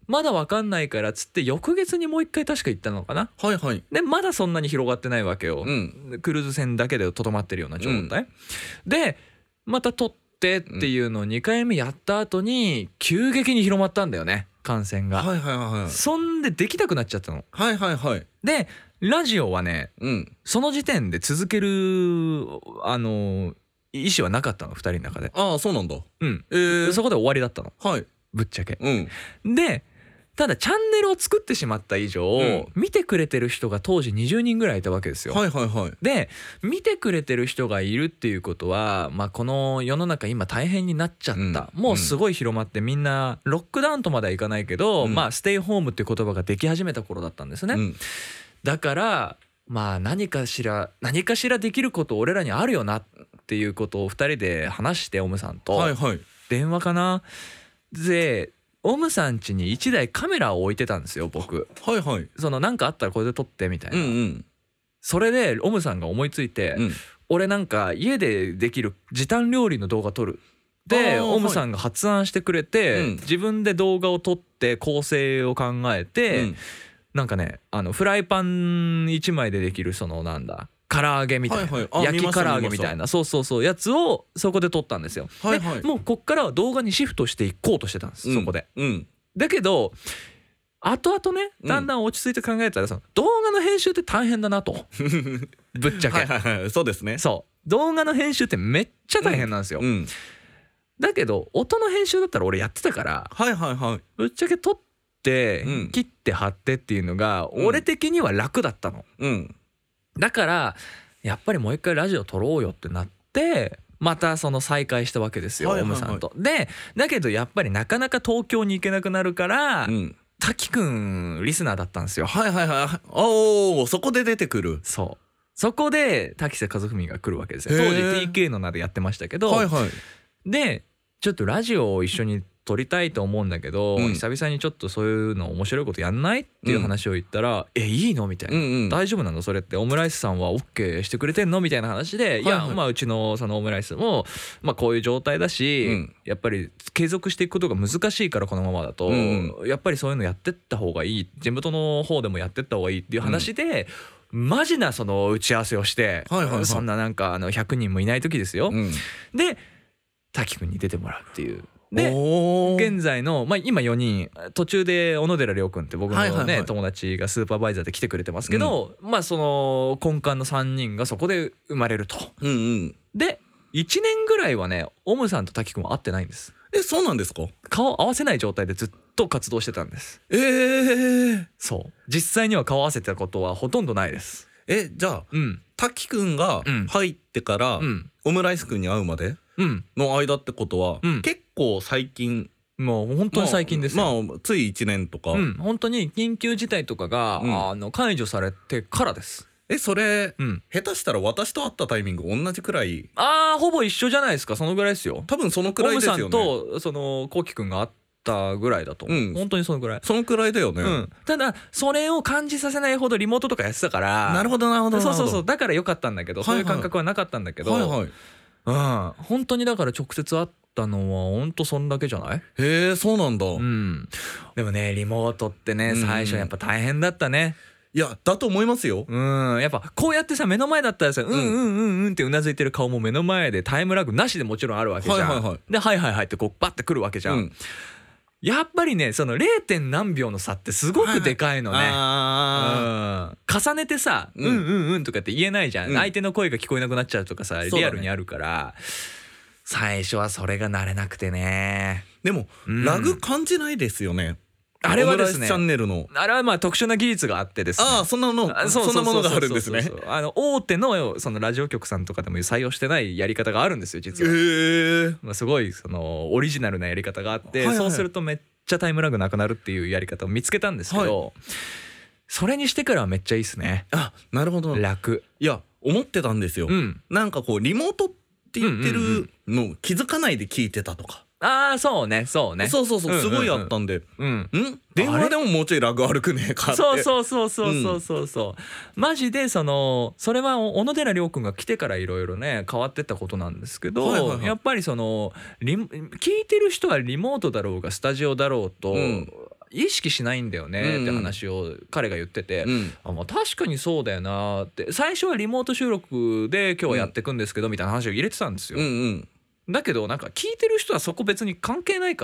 まだ分かんないからっつって翌月にもう一回確か行ったのかな。 はいはい。 でまだそんなに広がってないわけよ、うん、クルーズ船だけでとどまってるような状態、うん、でまた撮ってっていうのをにかいめやった後に急激に広まったんだよね、感染が。 はいはいはい。 そんでできなくなっちゃったの。 はいはいはい。 でラジオはね、うん、その時点で続けるあの意思はなかったの、ふたりの中で。 ああそうなんだ。 うん、えー、そこで終わりだったの、 はい、 ぶっちゃけ、 うん、 でただチャンネルを作ってしまった以上、うん、見てくれてる人が当時にじゅうにんぐらいいたわけですよ。 はいはいはい。 で見てくれてる人がいるっていうことは、まあ、この世の中今大変になっちゃった、うん、もうすごい広まってみんなロックダウンとまではいかないけど、うん、まあステイホームっていう言葉ができ始めた頃だったんですね、うん、だからまあ何かしら何かしらできること俺らにあるよなっていうことをふたりで話して、オムさんと、 はいはい、 電話かなでオムさん家にいちだいカメラを置いてたんですよ僕。 はいはい。 そのなんかあったらこれで撮ってみたいな、 うんうん、 それでオムさんが思いついて、うん、俺なんか家でできる時短料理の動画撮るでオムさんが発案してくれて、はい、自分で動画を撮って構成を考えて、うん、なんかねあのフライパンいちまいでできるそのなんだ唐揚げみたいな、はいはい、焼き唐揚げみたいなそうそうそうやつをそこで撮ったんですよ、はいはい、でもうこっからは動画にシフトしていこうとしてたんです、うん、そこで、うん、だけど後々ねだんだん落ち着いて考えたらその動画の編集って大変だなとぶっちゃけはいはい、はい、そうですね。 そう動画の編集ってめっちゃ大変なんですよ、うんうん、だけど音の編集だったら俺やってたから、 はいはいはい、 ぶっちゃけ撮って切って貼ってっていうのが俺的には楽だったの、うん、だからやっぱりもう一回ラジオ撮ろうよってなってまたその再開したわけですよ、はいはいはい、オムさんと。でだけどやっぱりなかなか東京に行けなくなるから、うん、滝くんリスナーだったんですよ。 はいはいはい。おおそこで出てくる。 そうそこで滝瀬和文が来るわけですよ。当時 ティーケー の名でやってましたけど、はいはい、でちょっとラジオを一緒に撮りたいと思うんだけど、うん、久々にちょっとそういうの面白いことやんないっていう話を言ったら、うん、えいいのみたいな、うんうん、大丈夫なのそれってオムライスさんは OK してくれてんのみたいな話で、はいはい、いやまあうちのそのオムライスもまあこういう状態だし、うん、やっぱり継続していくことが難しいからこのままだと、うんうん、やっぱりそういうのやってった方がいい地元の方でもやってった方がいいっていう話で、うん、マジなその打ち合わせをして、はいはいはい、そんななんかあのひゃくにんもいない時ですよ、うん、で滝くんに出てもらうっていう。で現在の、まあ、今よにん途中で小野寺亮君って僕のね、はいはいはい、友達がスーパーバイザーで来てくれてますけど、うん、まあその根幹のさんにんがそこで生まれると、うんうん、でいちねんぐらいはねオムさんと滝くんは会ってないんです。 えそうなんですか。 顔合わせない状態でずっと活動してたんです。 えー、 そう実際には顔合わせたことはほとんどないです。 えじゃあ、うん、滝くんが入ってから、うん、オムライスくんに会うまでの間ってことは、うん、結構最近、 もう本当に最近ですよ。 まあ、ついいちねんとか、 うん、本当に緊急事態とかが、うん、あの解除されてからです。 えそれ、うん、下手したら私と会ったタイミング同じくらい。 あーほぼ一緒じゃないですか。そのぐらいですよ。 多分そのくらいですよね。 オムさんとそのコウキくんが会ったぐらいだと思う、うん、本当にそのぐらいそのくらいだよね、うん、 ただそれを感じさせないほどリモートとかやってたから。 なるほどなるほど。 そうそうそうだから良かったんだけど、はいはい、そういう感覚はなかったんだけど、はいはい、うん、本当にだから直接会ったのは本当そんだけじゃない。 へえそうなんだ、うん、 でもねリモートってね最初やっぱ大変だったね。 いやだと思いますよ。 うんやっぱこうやってさ目の前だったらさ、うん、うんうんうんうんってうなずいてる顔も目の前でタイムラグなしでもちろんあるわけじゃん、はいはいはい、ではいはいはいってこうバッてくるわけじゃん、うん、やっぱりねその れい. 点何秒の差ってすごくでかいのね、はいはい、あ重ねてさ、うん、うんうんうんとかって言えないじゃん、うん、相手の声が聞こえなくなっちゃうとかさリアルにあるから、ね、最初はそれが慣れなくてね。 でも、うん、ラグ感じないですよね。 あれはですねチャンネルのあれはまあ特殊な技術があってですね。 ああそんなのそんなものがあるんですね。 あの大手のそのラジオ局さんとかでも採用してないやり方があるんですよ実は。 へー、 まあ、すごいそのオリジナルなやり方があって、はいはい、そうするとめっちゃタイムラグなくなるっていうやり方を見つけたんですけど、はい、それにしてからはめっちゃいいですね。 あなるほど楽。 いや思ってたんですよ、うん、なんかこうリモートって言ってるの気づかないで聞いてたとか。 ああそうねそうねそうそうそう、うんうんうん、すごいあったんで、うん、ん電話でももうちょいラグ悪くねえかって。 そうそうそうそうそうそうそう、うん、マジでそのそれは小野寺亮君が来てからいろいろね変わってったことなんですけど、はいはいはい、やっぱりそのリ聞いてる人はリモートだろうがスタジオだろうと、うん、 意識しないんだよねって話を彼が言ってて、うん、あまあ確かにそうだよなって。最初はリモート収録で今日はやっていくんですけどみたいな話を入れてたんですよ、うんうんだけどなんか聞いてる人はそこ別に関係ないから。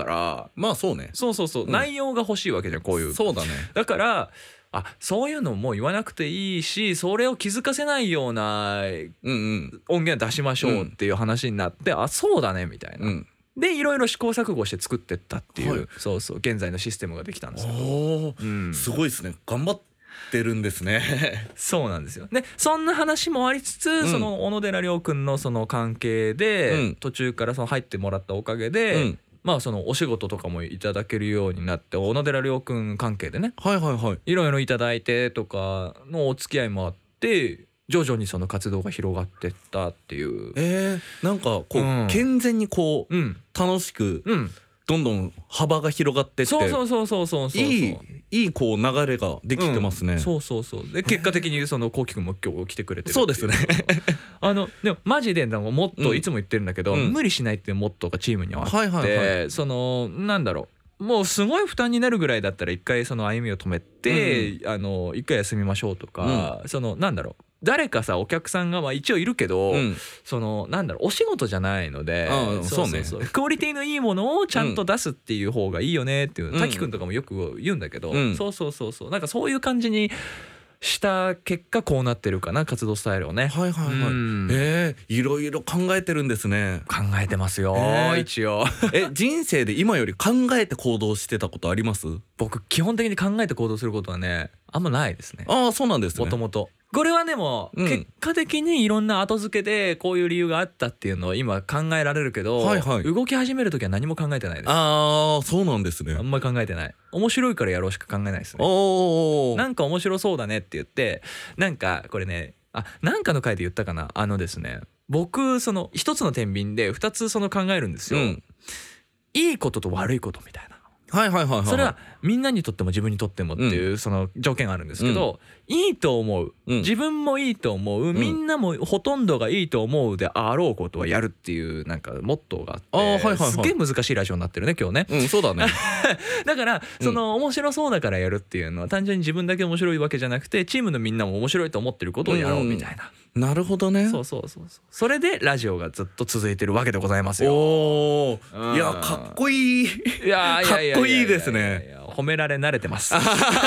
まあそうね。 そうそうそう、うん、内容が欲しいわけじゃんこういう。 そうだね。 だからあそういうのも言わなくていいしそれを気づかせないような音源出しましょうっていう話になって、うん、あそうだねみたいな、うん、でいろいろ試行錯誤して作ってったっていう、はい、そうそう現在のシステムができたんですけど。 お、うん、すごいですね。頑張ってるんですねそうなんですよ。でそんな話もありつつ、うん、その小野寺亮君のその関係で、うん、途中からその入ってもらったおかげで、うんまあそのお仕事とかもいただけるようになって小野寺亮君関係でねはいはいはいいろいろいただいてとかのお付き合いもあって徐々にその活動が広がってったっていう。 えー、なんかこう、うん、健全にこう、うん、楽しく、うん、どんどん幅が広がってってそうそうそうそうそうそういいいいこう流れができてますね、うん、 そうそうそうで結果的にそのこうきくんも今日来てくれてるそうですねあのでもマジでもっといつも言ってるんだけど、うん、無理しないっていうモットーがチームにはあって、はいはいはい、そのなんだろうもうすごい負担になるぐらいだったら一回その歩みを止めて、うん、あの一回休みましょうとか、うん、そのなんだろう誰かさお客さんがまあ一応いるけど、うん、そのなんだろうお仕事じゃないので、 うん、そうそうそうクオリティのいいものをちゃんと出すっていう方がいいよねっていう、うん、滝くんとかもよく言うんだけど、うん、そうそうそうそうなんかそういう感じにした結果こうなってるかな活動スタイルをね。 はいはいはい、うん、えー、いろいろ考えてるんですね。 考えてますよ、えー、一応え人生で今より考えて行動してたことあります？ 僕基本的に考えて行動することはねあんまないですね。 ああそうなんですね。 もともとこれはでも、うん、結果的にいろんな後付けでこういう理由があったっていうのを今考えられるけど、はいはい、動き始める時は何も考えてないです。 ああそうなんですね。 あんまり考えてない。面白いからやろうしか考えないですね。おなんか面白そうだねって言ってなんかこれねあなんかの回で言ったかなあのですね僕その一つの天秤で二つその考えるんですよ、うん、いいことと悪いことみたいな。 はいはいはいはい、 それはみんなにとっても自分にとってもっていうその条件があるんですけど、うん、いいと思う、うん、自分もいいと思う、うん、みんなもほとんどがいいと思うであろうことはやるっていうなんかモットーがあって、あ、はいはいはい、すげえ難しいラジオになってるね今日ね、 うん、そうだねだからその面白そうだからやるっていうのは単純に自分だけ面白いわけじゃなくてチームのみんなも面白いと思ってることをやろうみたいな、 うん、なるほどね。 そうそうそうそうそれでラジオがずっと続いてるわけでございますよ。 おー、うん、いやかっこいい。いやかっこいいですね。 褒められ慣れてますい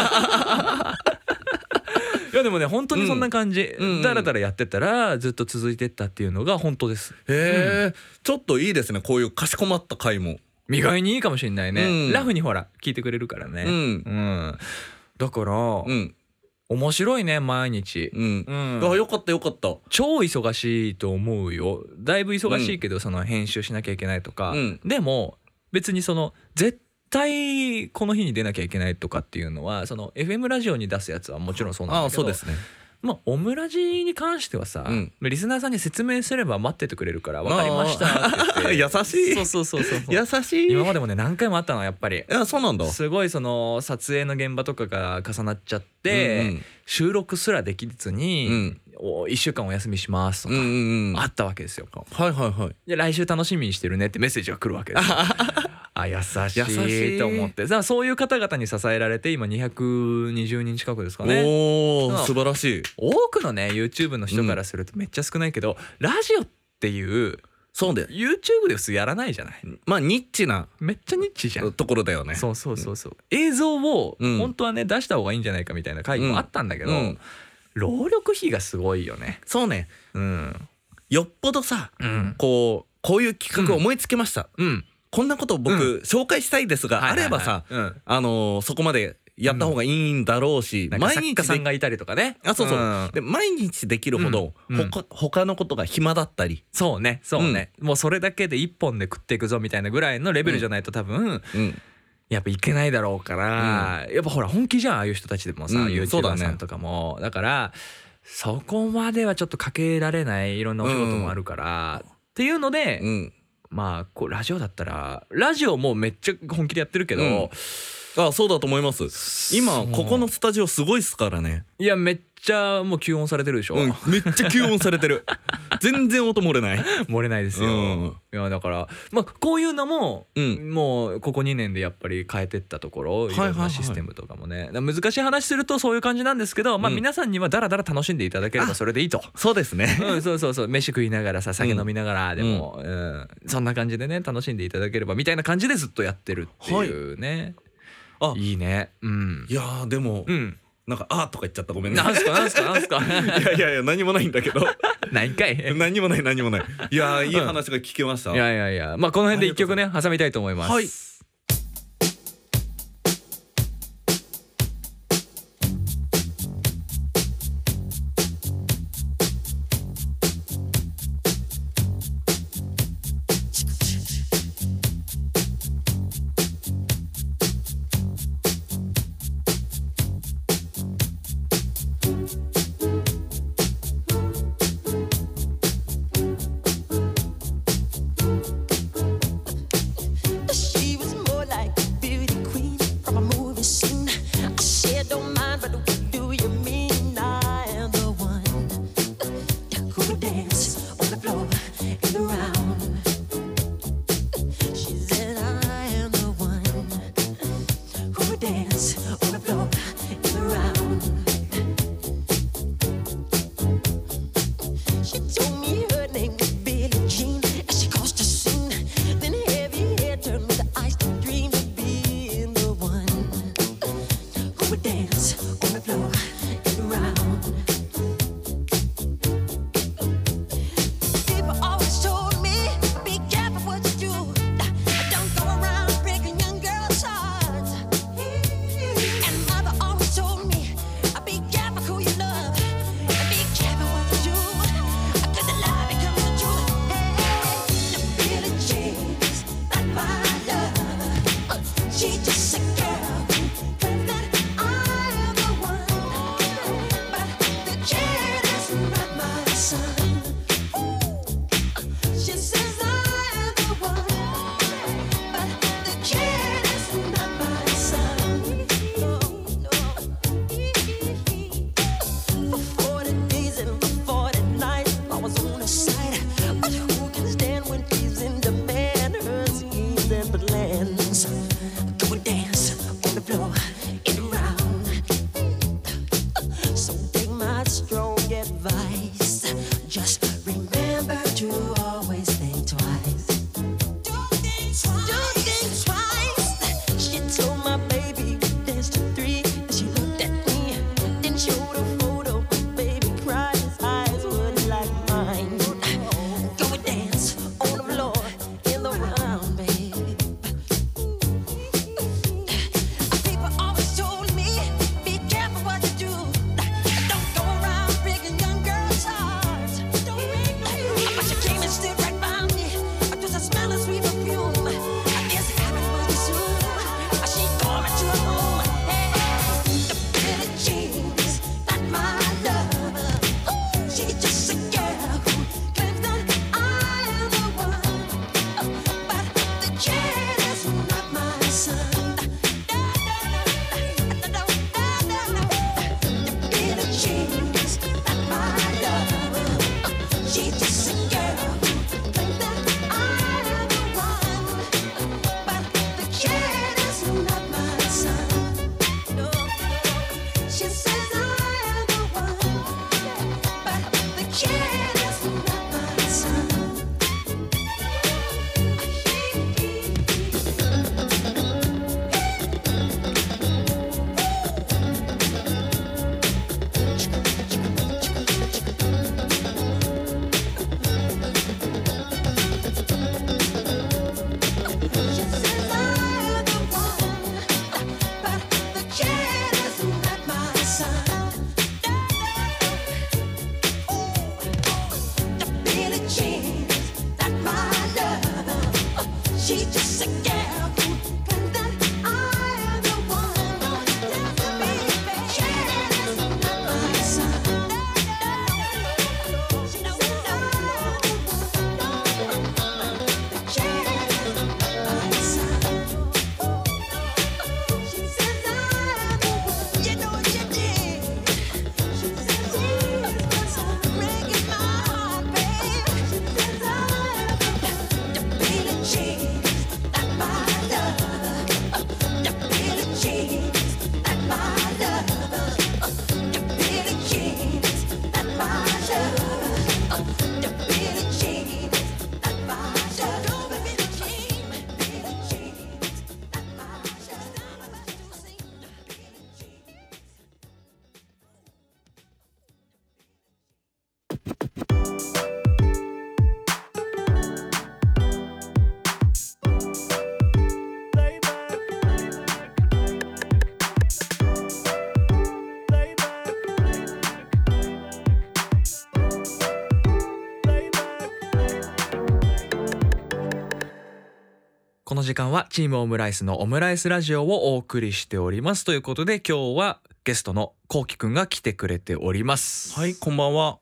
やでもね本当にそんな感じ、うん、だらだらやってたらずっと続いてったっていうのが本当です。 へえ、うん、ちょっといいですねこういうかしこまった回も。 意外にいいかもしれないね、うん、ラフにほら聞いてくれるからね、うんうん、だから、うん、面白いね毎日、 うんうん、あよかったよかった。 超忙しいと思うよ。だいぶ忙しいけど、うん、その編集しなきゃいけないとか、うん、でも別にその絶対絶対この日に出なきゃいけないとかっていうのはその エフエム ラジオに出すやつはもちろんそうなんだけど、ああそうですね。まあオムラジに関してはさ、うん、リスナーさんに説明すれば待っててくれるから分かりましたって言って優しい。 そうそうそうそう優しい。 今までもね何回もあったのやっぱり。いやそうなんだ。 すごいその撮影の現場とかが重なっちゃって、うんうん、収録すらできずに、うん、いっしゅうかんお休みしますとか、うんうんうん、あったわけですよ。 はいはいはい。 で来週楽しみにしてるねってメッセージが来るわけですよあ優しいと思ってさそういう方々に支えられて今にひゃくにじゅうにん近くですかね。 おー素晴らしい。 多くのね YouTube の人からするとめっちゃ少ないけど、うん、ラジオっていうそうで YouTube で普通やらないじゃない。 まあニッチなめっちゃニッチじゃんところだよね。 そうそうそうそう、うん、映像を本当はね出した方がいいんじゃないかみたいな会議もあったんだけど、うんうん、労力費がすごいよね。 そうね、うん、よっぽどさ、うん、こうこういう企画を思いつけました、うんうん、こんなことを僕、うん、紹介したいですが、あればさ、うん、あのー、そこまでやった方がいいんだろうし、 うん、毎日作家さんがいたりとかね。 あそうそう、うん、で毎日できるほど、うん、他, 他のことが暇だったり。 そうねそうね、うん、もうそれだけで一本で食っていくぞみたいなぐらいのレベルじゃないと多分、うん、やっぱいけないだろうから、うん、やっぱほら本気じゃんああいう人たちでもさ、うん、YouTuber さんとかも だ,、ね、だからそこまではちょっとかけられないいろんなお仕事もあるから、うん、っていうので、うん、まあこうラジオだったらラジオもめっちゃ本気でやってるけど、うん、 あ、そうだと思います。今ここのスタジオすごいっすからね。 いやめっちゃもう吸音されてるでしょ、 うん、めっちゃ吸音されてる全然音漏れない漏れないですよ、うん、いやだからまあこういうのも、うん、もうここにねんでやっぱり変えてったところ、いろんなシステムとかもね、難しい話するとそういう感じなんですけど、まあ皆さんにはだらだら楽しんでいただければそれでいいと。 そうですね、 うん、そうそうそう、飯食いながらさ、酒飲みながらでも、うんうん、そんな感じでね楽しんでいただければみたいな感じでずっとやってるっていうね、はい、あ、いいね。うん、 いやでも、うん、なんかあーとか言っちゃった、ごめんね。 なんすかなんすかなんすかいやいやいや何もないんだけどないんかい何もない何もない。いやいい話が聞けました、うん、 いやいやいや、まあこの辺で一曲ね挟みたいと思います。はい。 時間はチームオムライスのオムライスラジオをお送りしておりますということで、今日はゲストのこうきくんが来てくれております。 はい、こんばんは。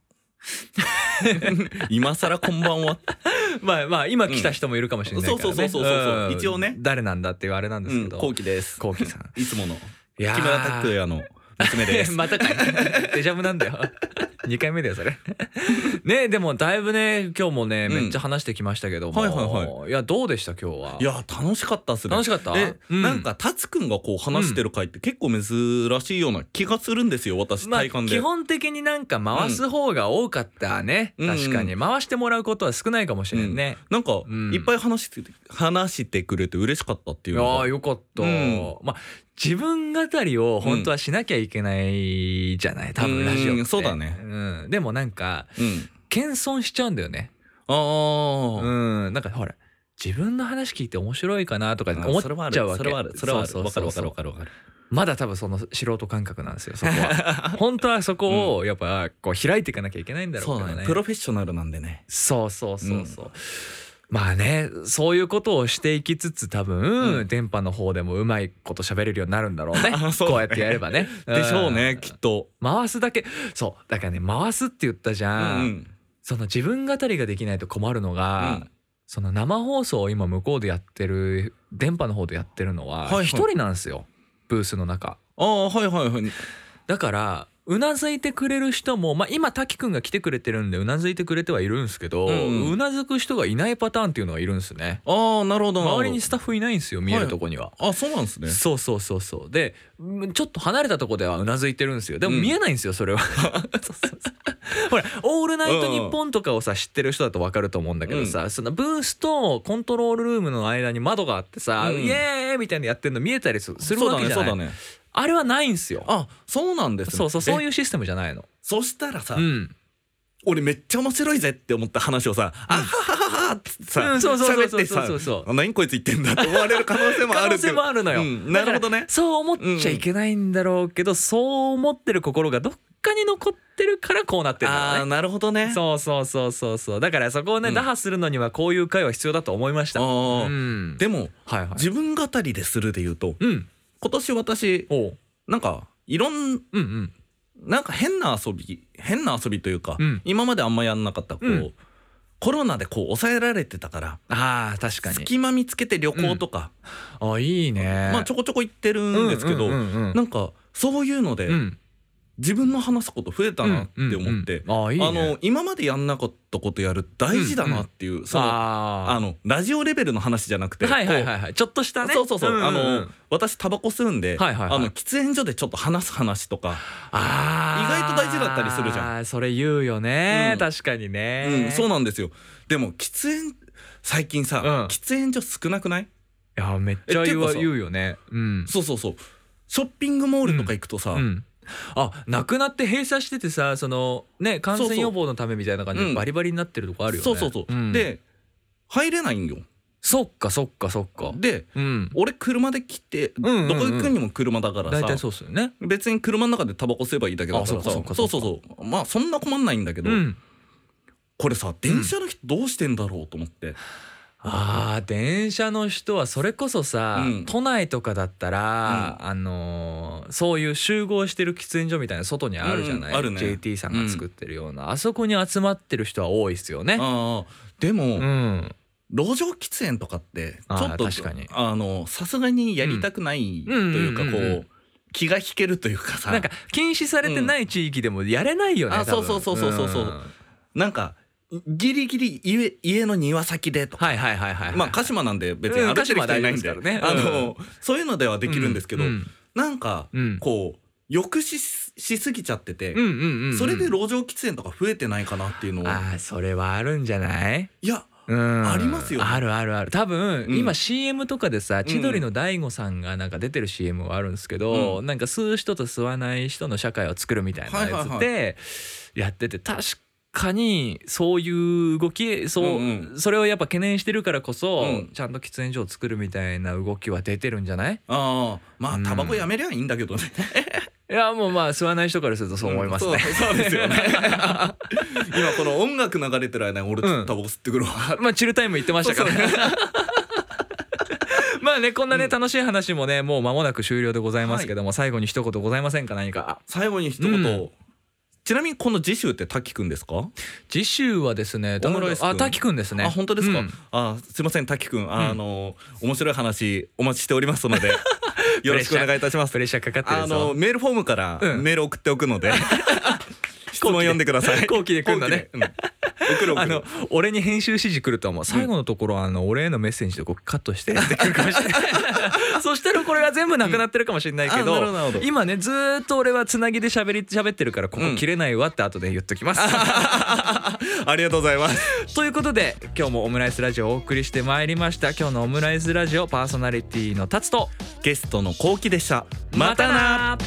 今更こんばんは。 まあまあ今来た人もいるかもしれないからね、 うん、そうそうそうそうそう、 うん、 一応ね誰なんだっていうあれなんですけど、 こうきです。 こうきさんいつもの木村拓哉の娘です。 またかいデジャブなんだよ。にかいめだよそれ。ね、でもだいぶね今日もね、うん、めっちゃ話してきましたけども、はいはいはい、いやどうでした今日は。 いや楽しかったっすね。 楽しかった。 え、うん、なんかタツくんがこう話してる回って結構珍しいような気がするんですよ、私体感で、 まあ、基本的になんか回す方が多かったね、うん、確かに回してもらうことは少ないかもしれんね、 うん、なんか、うん、いっぱい話して話してくれて嬉しかったっていうのが。 ああよかった、うん、まあ自分語りを本当はしなきゃいけないじゃない、うん、多分ラジオって。 そうだね、 うん、でもなんか、うん、謙遜しちゃうんだよね。 ああ、 うん、なんかほら自分の話聞いて面白いかなとか思っちゃうわけ。 それはあるそれはあるそれはある、わかるわかるわかるわかる。 まだ多分その素人感覚なんですよそこは。本当はそこをやっぱこう開いていかなきゃいけないんだろうけどね。 そうだね、プロフェッショナルなんでね。 そうそうそうそう、うん、まあねそういうことをしていきつつ多分、うん、電波の方でもうまいこと喋れるようになるんだろうね。こうやってやればね。 でしょうね、きっと。 回すだけそうだからね、回すって言ったじゃん、うん、その自分語りができないと困るのが、うん、その生放送を今向こうでやってる電波の方でやってるのは一人なんですよ、はいはい、ブースの中。 ああはいはいはい。 だからうなずいてくれる人も、まあ、今滝くんが来てくれてるんでうなずいてくれてはいるんですけど、うん、うなずく人がいないパターンっていうのはいるんですね。 ああなるほど。 周りにスタッフいないんですよ、見えるとこには、 はい、あそうなんですね。 そうそうそうそう。でちょっと離れたとこではうなずいてるんですよ。でも見えないんですよ、うん、それは。そうそうそうほらオールナイトニッポンとかをさ知ってる人だと分かると思うんだけどさ、うん、そのブースとコントロールルームの間に窓があってさ、うん、イエーイみたいなやってるの見えたりするわけじゃない。そうだねそうだね。あれはないんすよ。 あ、そうなんですね。 そうそう、そういうシステムじゃないの。 そしたらさ、うん、俺めっちゃ面白いぜって思った話をさ、うん、あはははってさ、うん、そうそうそうそうそうそう、何こいつ言ってんだって思われる可能性もある。可能性もあるのよ。うん、なるほどね。そう思っちゃいけないんだろうけど、うん、そう思ってる心がどっかに残ってるからこうなってるんだよね。あ、なるほどね。 そうそうそうそうそう。だからそこをね、うん、打破するのにはこういう会は必要だと思いました。あ、 うん、でも、はいはい、自分語りでするで言うと、うん、今年私なんかいろん、うんうん、なんか変な遊び変な遊びというか、うん、今まであんまやんなかったこう、うん、コロナでこう抑えられてたから、 あー確かに隙間見つけて旅行とか、 うん、あいいね、 まあちょこちょこ行ってるんですけど、なんかそういうので、うん、自分の話すこと増えたなって思って、うんうんうん、あいいね、あの今までやんなかったことやる大事だなっていう、うんうん、その あ, あのラジオレベルの話じゃなくて、 はいはいはいはい、ちょっとしたね、 そうそうそう、うんうん、あの私タバコ吸うんで、はいはいはい、あの喫煙所でちょっと話す話とか、あ意外と大事だったりするじゃん。 それ言うよね、うん、確かにね、 うん、そうなんですよ。でも喫煙最近さ、うん、喫煙所少なくない？いやめっちゃ言う、言うよね、うん、 そうそうそう。ショッピングモールとか行くとさ、うんうん、 あなくなって閉鎖しててさ、そのね感染予防のためみたいな感じでバリバリになってるとこあるよね。 そうそうそう、うん、で入れないんよ。 そっかそっかそっか。 で、うん、俺車で来て、うんうんうん、どこ行くにも車だからさ、 大体そうっすよね。 別に車の中でタバコ吸えばいいだけだからさ、そうそうそうまあそんな困んないんだけど、うん、これさ電車の人どうしてんだろうと思って、うん、 あー電車の人はそれこそさ、うん、都内とかだったら、うん、あのー、そういう集合してる喫煙所みたいな外にあるじゃない、うんうんね、ジェイティー さんが作ってるような、うん、あそこに集まってる人は多いですよね。 あでも、うん、路上喫煙とかってちょっと確かにあのさすがにやりたくないというか、こう気が引けるというかさ、 なんか禁止されてない地域でもやれないよね、うん、 あそうそうそうそうそうそう、うん、なんかギリギリ 家, 家の庭先でとか、はいはいはいはい、はい、まあ鹿島なんで別に歩いてる人いないんで、うんね、あの、うん、そういうのではできるんですけど、うん、なんか、うん、こう抑止しすぎちゃってて、うんうんうんうん、それで路上喫煙とか増えてないかなっていうのを。 あそれはあるんじゃない？ いやうん、ありますよ、ね、 あるあるある。多分、うん、今 シーエム とかでさ千鳥の大悟さんがなんか出てる シーエム はあるんですけど、うん、なんか吸う人と吸わない人の社会を作るみたいなやつでやってて、確かにそういう動き そう、うんうん、それをやっぱ懸念してるからこそ、うん、ちゃんと喫煙所を作るみたいな動きは出てるんじゃない？あまあタバコやめりゃいいんだけどね、 うん、いやもうまあ吸わない人からするとそう思いますね、うん、 そう、そうですよね今この音楽流れてる間に俺タバコ吸ってくるわ、 うん、まあチルタイム言ってましたからあねこんなね楽しい話もねもう間もなく終了でございますけども、最後に一言ございませんか？何か最後に一言。ちなみにこの次週って滝くんですか？ 次週はですね、あ、滝くんですね。 あ、本当ですか？あ、すいません滝くん、あの面白い話お待ちしておりますのでよろしくお願いいたします。 プレッシャーかかってるぞ。 あのメールフォームからメール送っておくので質問読んでください。 後期で来るんだね。あの俺に編集指示来ると思う。最後のところあの俺へのメッセージでこうカットしてってくるかもしれない。そしたらこれが全部なくなってるかもしれないけど、今ねずっと俺はつなぎで喋り喋ってるからここ切れないわって後で言っときます。 ありがとうございます。 ということで今日もオムライスラジオをお送りしてまいりました。今日のオムライスラジオパーソナリティのタツとゲストのコウキでした。 またな。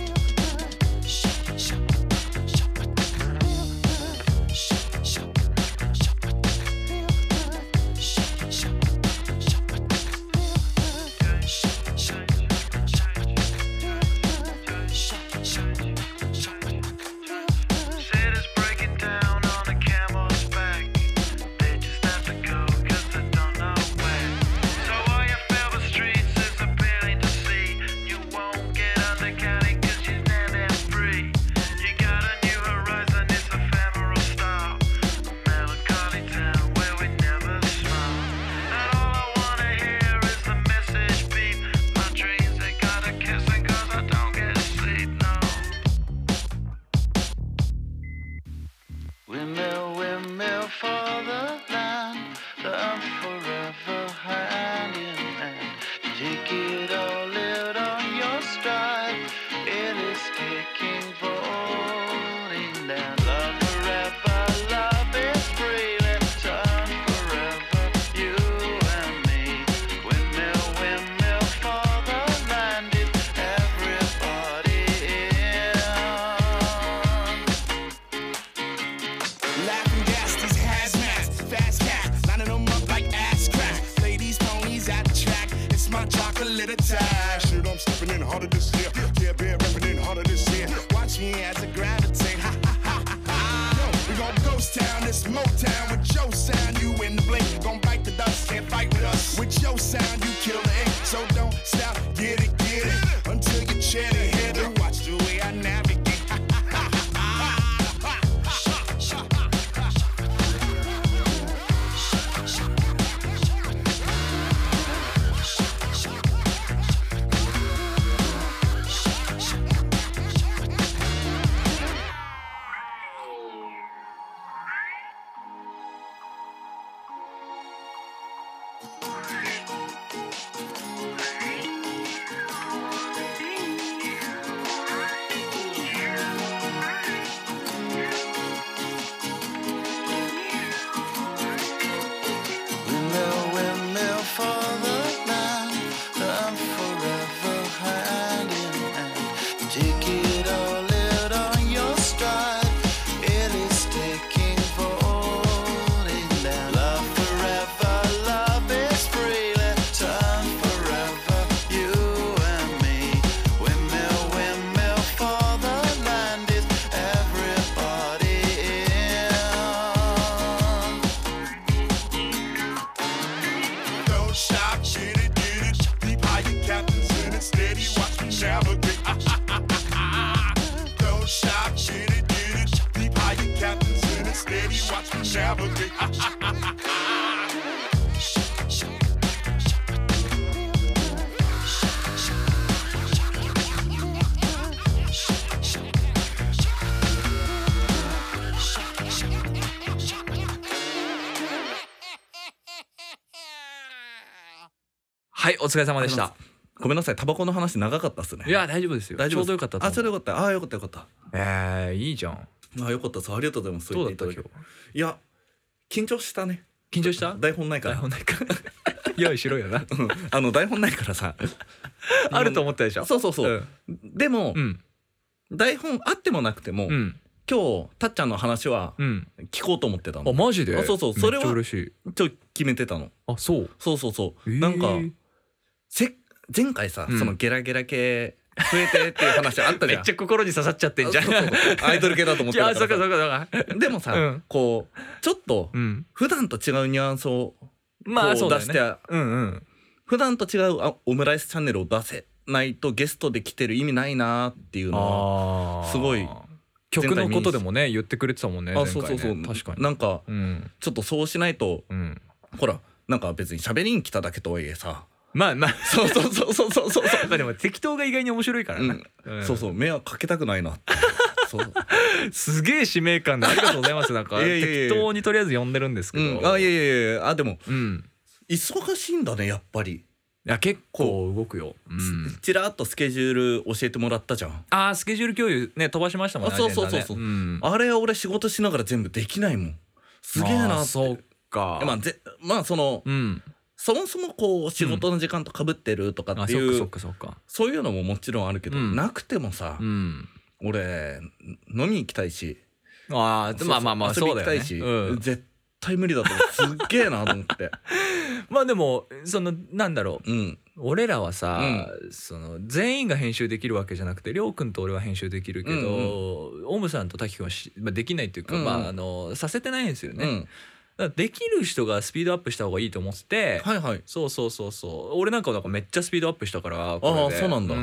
はい、お疲れ様でした。 ごめんなさい、タバコの話長かったっすね。 いや大丈夫ですよ。 大丈夫です。 ちょうどよかったと思う。 あ、それよかった。あ、よかったよかった。 えー、いいじゃん。 あ、よかったです。ありがとうございます。 どうだった今日？ いや、緊張したね。 緊張した？ 台本ないから。 台本ないから。用意しろよな。 あの台本ないからさ。 あると思ったでしょ。 そうそうそう。でも台本あってもなくても。今日たっちゃんの話は聞こうと思ってたの。 あ、マジで？ あ、そうそう、それはちょっと決めてたの。 あ、そう。 そうそうそう。なんかせ前回さ、そのゲラゲラ系増えてっていう話あったじゃん。 めっちゃ心に刺さっちゃってんじゃん。 アイドル系だと思ってたからさ。 そうかそうかそうか。 でもさ、こうちょっと普段と違うニュアンスをまあ出して普段と違うあオムライスチャンネルを出せないとゲストで来てる意味ないなっていうのはすごい曲のことでもね言ってくれてたもんね。 あ、そうそうそう、ね、確かになんか、うん、ちょっとそうしないと、うん、ほらなんか別に喋りに来ただけとはいえさ、 まあまあそうそうそうそうそうそうまあでも適当が意外に面白いからな、 うんうん、そうそう迷惑かけたくないなってそうすげえ使命感でありがとうございます。なんか適当にとりあえず呼んでるんですけど、 うん、あいやいやいやあでも、うん、忙しいんだねやっぱり。 いや結構動くよ、 うん、ちらっとスケジュール教えてもらったじゃん。 あースケジュール共有ね飛ばしましたもんね。 あそうそうそうそう、ねうん、あれは俺仕事しながら全部できないもん。すげえなって。 そうか。 まあぜまあその、うん、そもそもこう仕事の時間とかぶってるとかっていう、うん、 そっかそっかそっかそういうのももちろんあるけど、うん、なくてもさ、うん、俺飲み行きたいし、 ああまあまあまあ遊び行きたいし、うん、絶対無理だと思う。すっげえなと思ってまあでもそのなんだろう、うん、俺らはさ、うん、その全員が編集できるわけじゃなくてりょうくんと俺は編集できるけど、うんうん、オムさんと滝くんはし、まあ、できないっていうか、うんうん、まああのさせてないんですよね、うん、だからできる人がスピードアップした方がいいと思ってて、はいはい、そうそうそうそう俺なんかなんかめっちゃスピードアップしたからこれで。 ああそうなんだ、うん、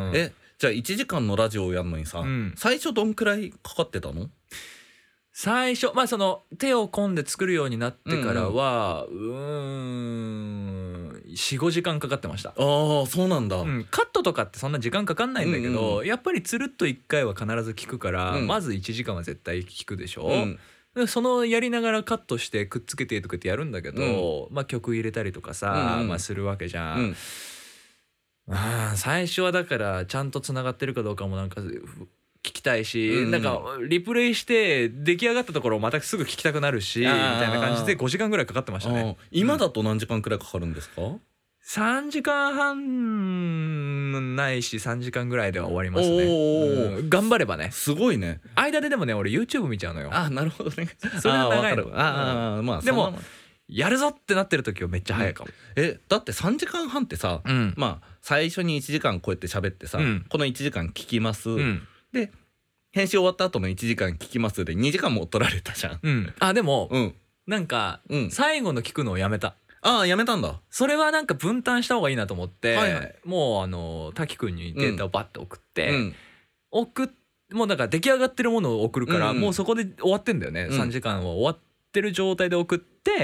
えじゃあいちじかんのラジオをやるのにさ、うん、最初どんくらいかかってたの？ 最初まあその手を込んで作るようになってからはうーん よん,ご 時間かかってました。 ああそうなんだ、うん、 カットとかってそんな時間かかんないんだけど、うんうん、やっぱりつるっといっかいは必ず聞くから、うん、まずいちじかんは絶対聞くでしょ、うん、そのやりながらカットしてくっつけてとかってやるんだけど、うんまあ、曲入れたりとかさ、うんまあ、するわけじゃん、うんあ最初はだからちゃんとつながってるかどうかもなんか聞きたいし、うん、なんかリプレイして出来上がったところをまたすぐ聞きたくなるしみたいな感じでごじかんぐらいかかってましたね。 今だと何時間くらいかかるんですか？ さんじかんはんないしさんじかんぐらいでは終わりますね、うん、頑張ればね。 すごいね。 間ででもね俺 YouTube 見ちゃうのよ。 あなるほどね。 それは長いの。 ああまあでもやるぞってなってる時はめっちゃ早いかも、 うん、えだってさんじかんはんってさ、うん、まあ最初にいちじかんこうやって喋ってさ、うん、このいちじかん聞きます、うん、で編集終わった後のいちじかん聞きますでにじかんも取られたじゃん、うん、 あでも、うん、なんか、うん、最後の聞くのをやめた。 ああやめたんだ。 それはなんか分担した方がいいなと思って、はいはい、もうあの滝くんにデータをバッと送って、うん、送っもうだから出来上がってるものを送るから、うん、もうそこで終わってんだよね、うん、さんじかんは終わってる状態で送って、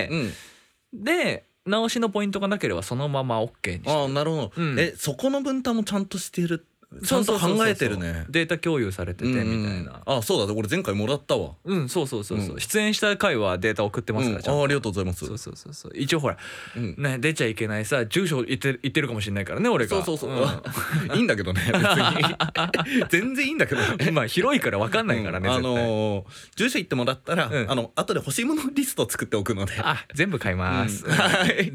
うん、で直しのポイントがなければそのまま OK にして。 ああなるほど、うん、えそこの分担もちゃんとしているちゃんと考えてるね。 データ共有されててみたいな、うんうん、 あそうだ俺前回もらったわ。 うんそうそうそうそう、うん、出演した回はデータ送ってますから、 うん、あ, ありがとうございます。 そうそうそうそう一応ほら、うんね、出ちゃいけないさ住所言って言ってるかもしれないからね俺が。 そうそうそう、うん、いいんだけどね別に全然いいんだけどねまあ広いから分かんないからね、うん、 あのー、住所言ってもらったら、うん、あの後で欲しいものリスト作っておくのであ全部買います、うん、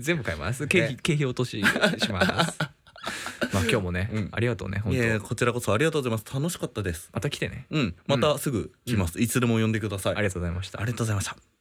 全部買います経費、ね、経費落とししますまあ今日もね、うん、ありがとうね本当。 いやこちらこそありがとうございます。楽しかったです。 また来てね。 うんまたすぐ来ます、うん、いつでも呼んでください。 ありがとうございました。 ありがとうございました。